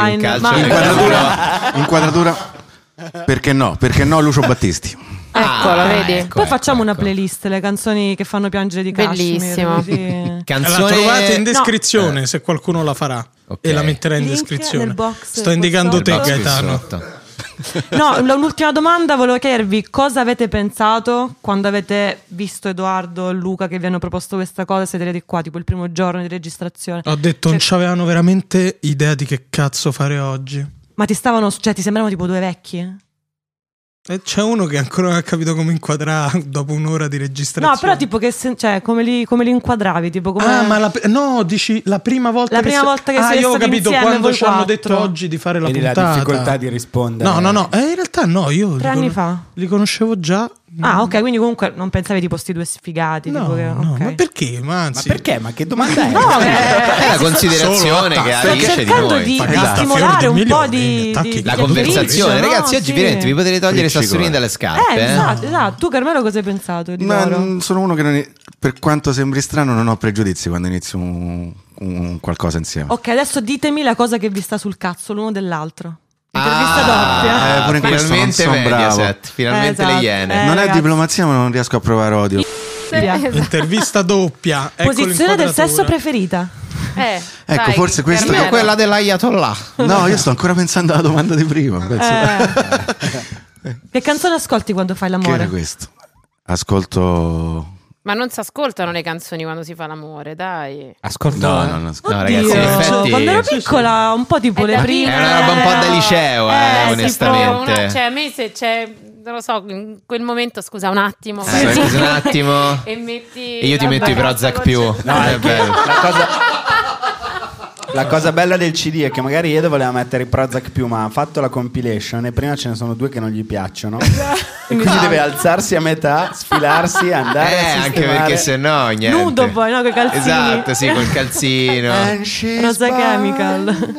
Inquadratura. Perché no? Lucio Battisti. Eccolo, vedi? Poi facciamo una playlist, le canzoni che fanno piangere di Kashmir. Bellissimo. La trovate in descrizione se qualcuno la farà. E la metterà in descrizione. Sto indicando te, Gaetano. No, un'ultima domanda, volevo chiedervi cosa avete pensato quando avete visto Edoardo e Luca che vi hanno proposto questa cosa e siete arrivati qua, tipo il primo giorno di registrazione. Ho detto, non c'avevano veramente idea di che cazzo fare oggi. Ma ti sembravano tipo due vecchi? E c'è uno che ancora non ha capito come inquadrare dopo un'ora di registrazione. No, però tipo come li inquadravi? Tipo come... dici la prima volta volta che sei io ho capito quando ci hanno 4. detto oggi di fare la puntata. La difficoltà di rispondere. No, in realtà no, io 3 anni fa li conoscevo già. Ok, quindi comunque non pensavi tipo sti due sfigati. No, ma perché? Ma perché? Ma che domanda è? No, è la considerazione che ha sto cercando di stimolare un po' di la conversazione. Ragazzi, oggi veramente vi potete togliere i sassolini dalle scarpe. Esatto. Tu Carmelo cosa hai pensato di loro? Sono uno che per quanto sembri strano non ho pregiudizi quando inizio un qualcosa insieme. Ok, adesso ditemi la cosa che vi sta sul cazzo l'uno dell'altro. Intervista doppia. Pure finalmente Mediaset, finalmente le Iene. Non è diplomazia, ma non riesco a provare odio. Intervista doppia. Posizione del sesso preferita. Ecco, forse questa è quella dell'Ayatollah. No, io sto ancora pensando alla domanda di prima. Che canzone ascolti quando fai l'amore? Che è questo? Ascolto. Ma non si ascoltano le canzoni quando si fa l'amore, dai. Ascolto. No, ragazzi, in effetti, quando ero piccola, un po' tipo le prime. È una roba un po' da liceo, onestamente. Cioè, a me se c'è, non lo so, in quel momento, scusa un attimo. Scusa un attimo. E io ti metto i Prozac più. No, è bello. La cosa bella del CD è che magari Edo voleva mettere i Prozac più, ma ha fatto la compilation e prima ce ne sono 2 che non gli piacciono e quindi deve alzarsi a metà, sfilarsi, andare a sistemare. Anche perché sennò niente. Nudo poi, no? Con i calzini. Esatto, sì, col calzino. Rosa Chemical.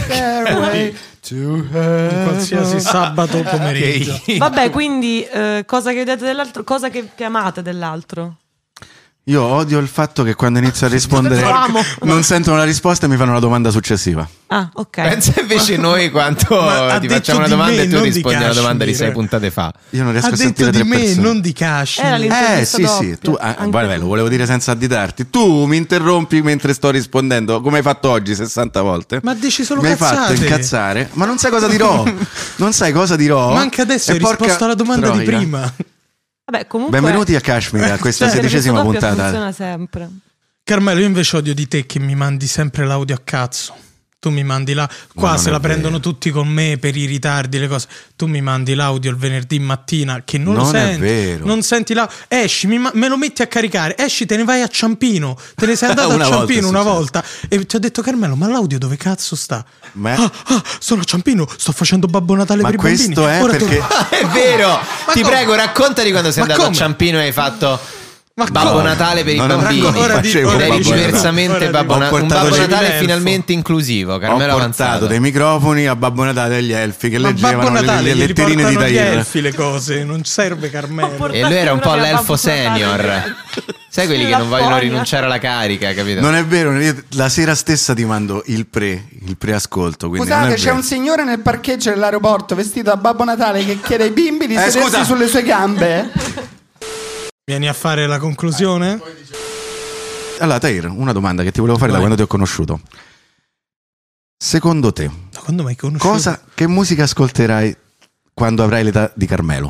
Qualsiasi sabato pomeriggio. Vabbè, quindi cosa che vedete dell'altro, cosa che amate dell'altro? Io odio il fatto che quando inizio a rispondere non sentono la risposta e mi fanno la domanda successiva. Ah, ok. Pensa invece noi quanto ti facciamo una domanda e tu rispondi alla domanda di 6 puntate fa. Io non riesco a sentire di 3 me, persone. non di Kashmir. Sì. Tu, lo volevo dire senza additarti. Tu mi interrompi mentre sto rispondendo, come hai fatto oggi 60 volte. Ma dici solo mi cazzate. Mi hai fatto incazzare, ma non sai cosa dirò. Non sai cosa dirò. Ma anche adesso hai risposto alla domanda di prima. Vabbè, comunque... Benvenuti a Kashmir, a questa 16ª puntata. Funziona sempre. Carmelo, io invece odio di te che mi mandi sempre l'audio a cazzo. Tu mi mandi qua se la prendono tutti con me per i ritardi, le cose. Tu mi mandi l'audio il venerdì mattina che non lo senti. È vero. Non senti esci, me lo metti a caricare, esci, te ne vai a Ciampino. Te ne sei andato a Ciampino una volta e ti ho detto Carmelo, ma l'audio dove cazzo sta? Sono a Ciampino, sto facendo Babbo Natale per i bambini. Ma questo è perché è vero. Ti prego, raccontati quando sei andato a Ciampino e hai fatto Babbo Natale per i bambini. Ora diversamente un Babbo Natale finalmente inclusivo. Carmelo ho portato dei microfoni a Babbo Natale agli elfi che leggevano le letterine di Tahir. Gli elfi le cose, non serve Carmelo. E lui era un po' l'elfo senior. Sai quelli che non vogliono rinunciare alla carica, capito? Non è vero, io la sera stessa ti mando il preascolto. Scusate, c'è un signore nel parcheggio dell'aeroporto vestito da Babbo Natale che chiede ai bimbi di sedersi sulle sue gambe. Vieni a fare la conclusione? Allora, Tahir, una domanda che ti volevo fare da quando ti ho conosciuto. Secondo te, da quando mi hai conosciuto? Che musica ascolterai quando avrai l'età di Carmelo?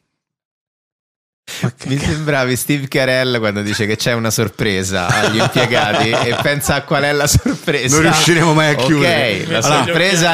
Mi sembravi Steve Carell quando dice che c'è una sorpresa agli impiegati e pensa a qual è la sorpresa. Non riusciremo mai a chiudere. Ok, la sorpresa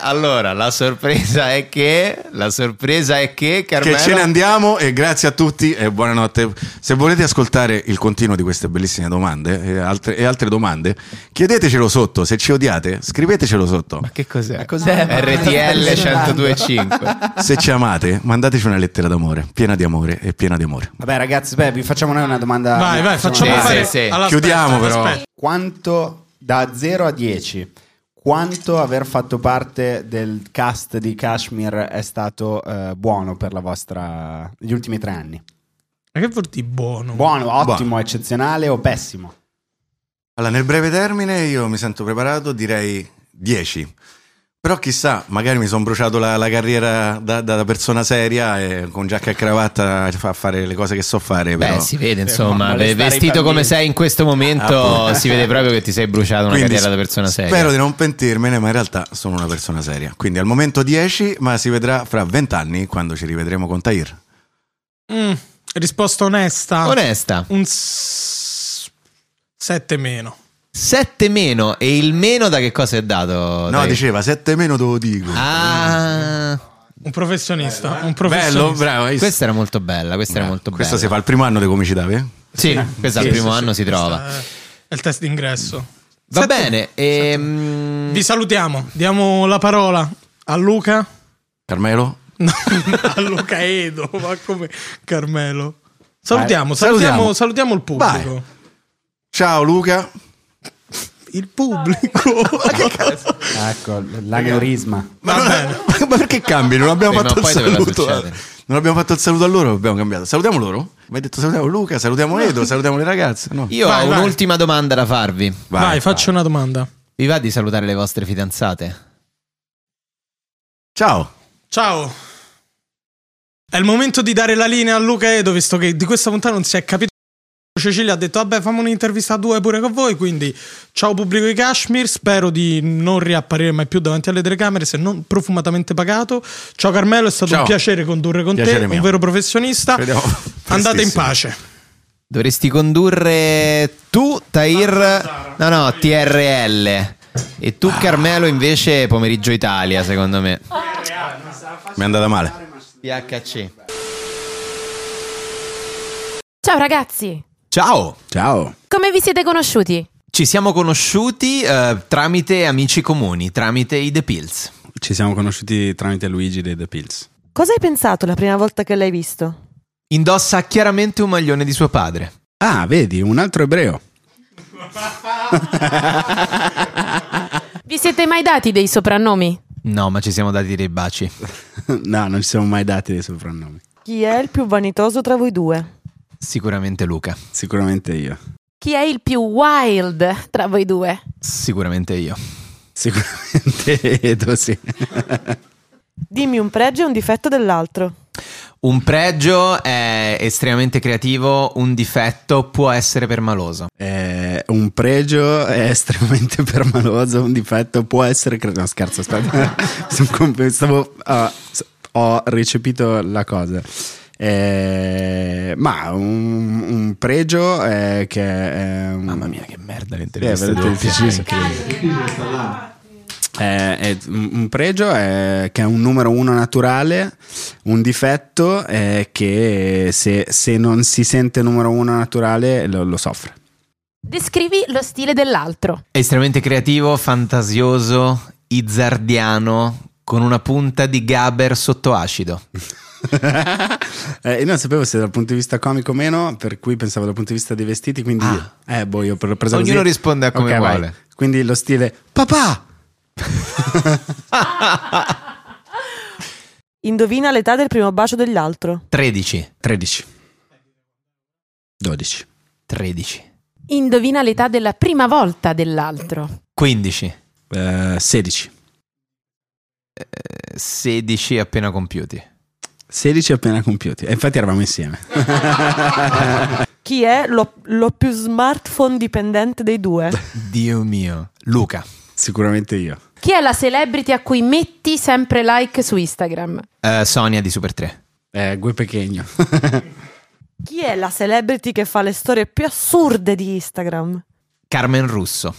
è che Carmelo... Che ce ne andiamo e grazie a tutti e buonanotte. Se volete ascoltare il continuo di queste bellissime domande e altre domande, chiedetecelo sotto. Se ci odiate, scrivetecelo sotto. Ma che cos'è? RTL 102.5. Se ci amate, mandateci una lettera d'amore, piena di amore e piena di amore. Vabbè ragazzi, vi facciamo noi una domanda. Vai, facciamo fare. Sì. Chiudiamo però. Quanto da 0 a 10 quanto aver fatto parte del cast di Kashmir è stato buono per la vostra gli ultimi 3 anni? Ma che vuol dire buono? Buono, ottimo, eccezionale o pessimo? Allora, nel breve termine io mi sento preparato, direi 10. Però chissà, magari mi sono bruciato la carriera da persona seria e con giacca e cravatta a fare le cose che so fare. Però. Si vede, insomma, vestito come sei in questo momento, si vede proprio che ti sei bruciato una carriera da persona seria. Spero di non pentirmene, ma in realtà sono una persona seria. Quindi al momento 10, ma si vedrà fra 20 anni quando ci rivedremo con Tahir. Risposta onesta. Un 7 meno. 7 meno, e il meno da che cosa è dato? No, diceva 7 meno te lo dico. Un professionista. Bello, bravo. Questa era molto bella. Questa si fa il primo anno di comicità, Sì, questa al primo anno si trova. È il test d'ingresso. Va bene. Vi salutiamo. Diamo la parola a Luca. Carmelo? No, a Luca Edo. Ma come Carmelo? Salutiamo il pubblico. Vai. Ciao Luca. Il pubblico. Ecco, l'aneurisma. Va bene. Ma perché cambi? Non abbiamo fatto il saluto. Non abbiamo fatto il saluto a loro, abbiamo cambiato. Salutiamo loro? Mi hai detto salutiamo Luca, salutiamo Edo, salutiamo le ragazze. No. Io ho un'ultima domanda da farvi. Vai, faccio una domanda. Vi va di salutare le vostre fidanzate? Ciao. È il momento di dare la linea a Luca Edo, visto che di questa puntata non si è capito. Cecilia ha detto vabbè, fammi un'intervista a 2 pure con voi, quindi ciao pubblico di Kashmir, spero di non riapparire mai più davanti alle telecamere se non profumatamente pagato. Ciao Carmelo, è stato un piacere condurre con te, un vero professionista. Andate in pace. Dovresti condurre tu, Tahir, no, TRL, e tu Carmelo invece Pomeriggio Italia, secondo me. Mi è andata male. PHC. Ciao ragazzi. Ciao. Come vi siete conosciuti? Ci siamo conosciuti tramite amici comuni, tramite i The Pills. Ci siamo conosciuti tramite Luigi dei The Pills. Cosa hai pensato la prima volta che l'hai visto? Indossa chiaramente un maglione di suo padre. Ah, vedi, un altro ebreo. Vi siete mai dati dei soprannomi? No, ma ci siamo dati dei baci. No, non ci siamo mai dati dei soprannomi. Chi è il più vanitoso tra voi due? Sicuramente Luca. Sicuramente io. Chi è il più wild tra voi due? Sicuramente io. Sicuramente Edo, sì. Dimmi un pregio e un difetto dell'altro. Un pregio è estremamente creativo, un difetto può essere permaloso. Un pregio è estremamente permaloso, un difetto può essere no, scherzo, aspetta. Ho recepito la cosa. Ma un pregio è che mamma mia, che merda l'intervista. È un pregio è che è un numero 1 naturale, un difetto è che se non si sente numero 1 naturale lo soffre. Descrivi lo stile dell'altro. È estremamente creativo, fantasioso, izzardiano, con una punta di Gaber sotto acido. Io non sapevo se dal punto di vista comico o meno, per cui pensavo dal punto di vista dei vestiti, quindi io ho preso ognuno così. Risponde a come vuole. Vai. Quindi lo stile papà. Indovina l'età del primo bacio dell'altro. 13. 12. 13. Indovina l'età della prima volta dell'altro. 15. 16. 16 appena compiuti. 16 appena compiuti. E infatti eravamo insieme. Chi è lo più smartphone dipendente dei due? Dio mio. Luca. Sicuramente io. Chi è la celebrity a cui metti sempre like su Instagram? Sonia di Super 3. Gue Pechegno. Chi è la celebrity che fa le storie più assurde di Instagram? Carmen Russo.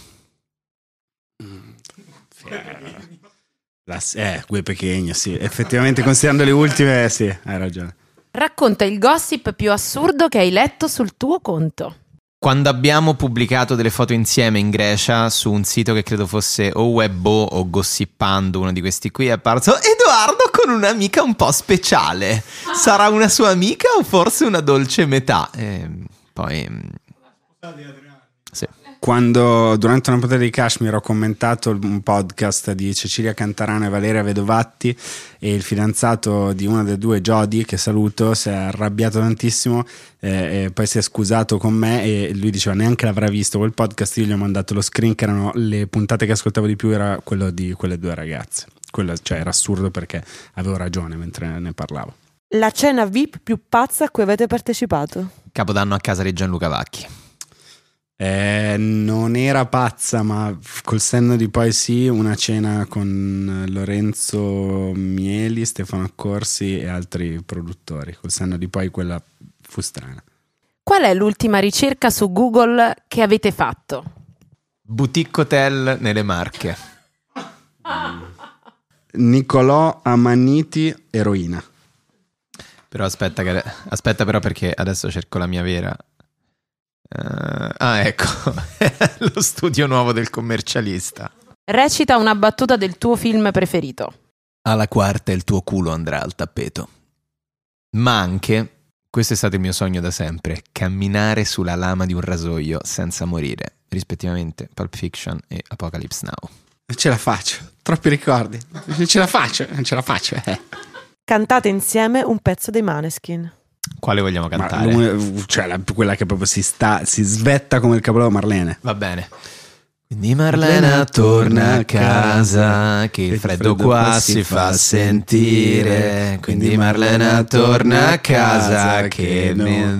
Gue Pechegno, sì. Effettivamente, considerando le ultime, sì, hai ragione. Racconta il gossip più assurdo che hai letto sul tuo conto. Quando abbiamo pubblicato delle foto insieme in Grecia su un sito che credo fosse o Webbo o Gossipando, uno di questi qui, è apparso Edoardo con un'amica un po' speciale. Sarà una sua amica o forse una dolce metà? Poi... Sì. Quando durante una puntata di Kashmir ho commentato un podcast di Cecilia Cantarano e Valeria Vedovatti e il fidanzato di una delle due, Jody, che saluto, si è arrabbiato tantissimo e poi si è scusato con me e lui diceva neanche l'avrà visto quel podcast. Io gli ho mandato lo screen, che erano le puntate che ascoltavo di più, era quello di quelle due ragazze. Quello, cioè, era assurdo perché avevo ragione mentre ne parlavo. La cena VIP più pazza a cui avete partecipato? Capodanno a casa di Gianluca Vacchi. Non era pazza, ma col senno di poi sì, una cena con Lorenzo Mieli, Stefano Accorsi e altri produttori. Col senno di poi quella fu strana. Qual è l'ultima ricerca su Google che avete fatto? Boutique Hotel nelle Marche. Niccolò Amaniti, eroina. Però aspetta però, perché adesso cerco la mia vera. Ecco. Lo studio nuovo del commercialista. Recita una battuta del tuo film preferito. Alla quarta il tuo culo andrà al tappeto. Ma anche, questo è stato il mio sogno da sempre, camminare sulla lama di un rasoio senza morire, rispettivamente Pulp Fiction e Apocalypse Now. Non ce la faccio, troppi ricordi. Non ce la faccio. Cantate insieme un pezzo dei Maneskin. Quale vogliamo cantare? Cioè quella che proprio si svetta come il capolavoro, Marlene. Va bene. Quindi Marlena torna a casa, che il freddo qua si fa sentire. Quindi Marlena torna a casa, che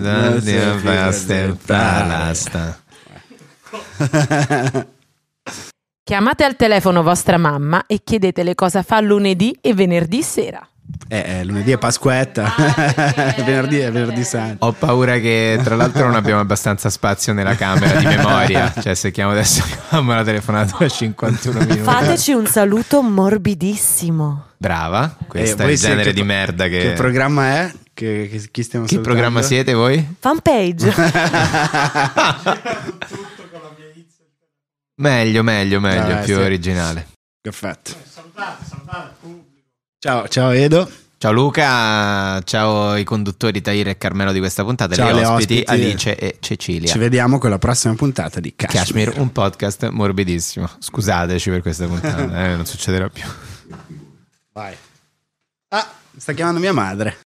Chiamate al telefono vostra mamma e chiedetele cosa fa lunedì e venerdì sera. Lunedì è Pasquetta, venerdì santo. Ho paura che tra l'altro non abbiamo abbastanza spazio nella camera di memoria. Cioè, se chiamo adesso una telefonata da 51 minuti. Fateci un saluto morbidissimo. Brava, questo è il genere di merda che programma è? Chi stiamo Che salutando? programma siete voi? Fanpage. Meglio, più sì. Originale. Perfetto. Ciao Edo. Ciao Luca, ciao i conduttori Tahir e Carmelo di questa puntata, ciao le ospiti Alice e Cecilia. Ci vediamo con la prossima puntata di Kashmir, un podcast morbidissimo. Scusateci per questa puntata, non succederà più. Vai. Sta chiamando mia madre.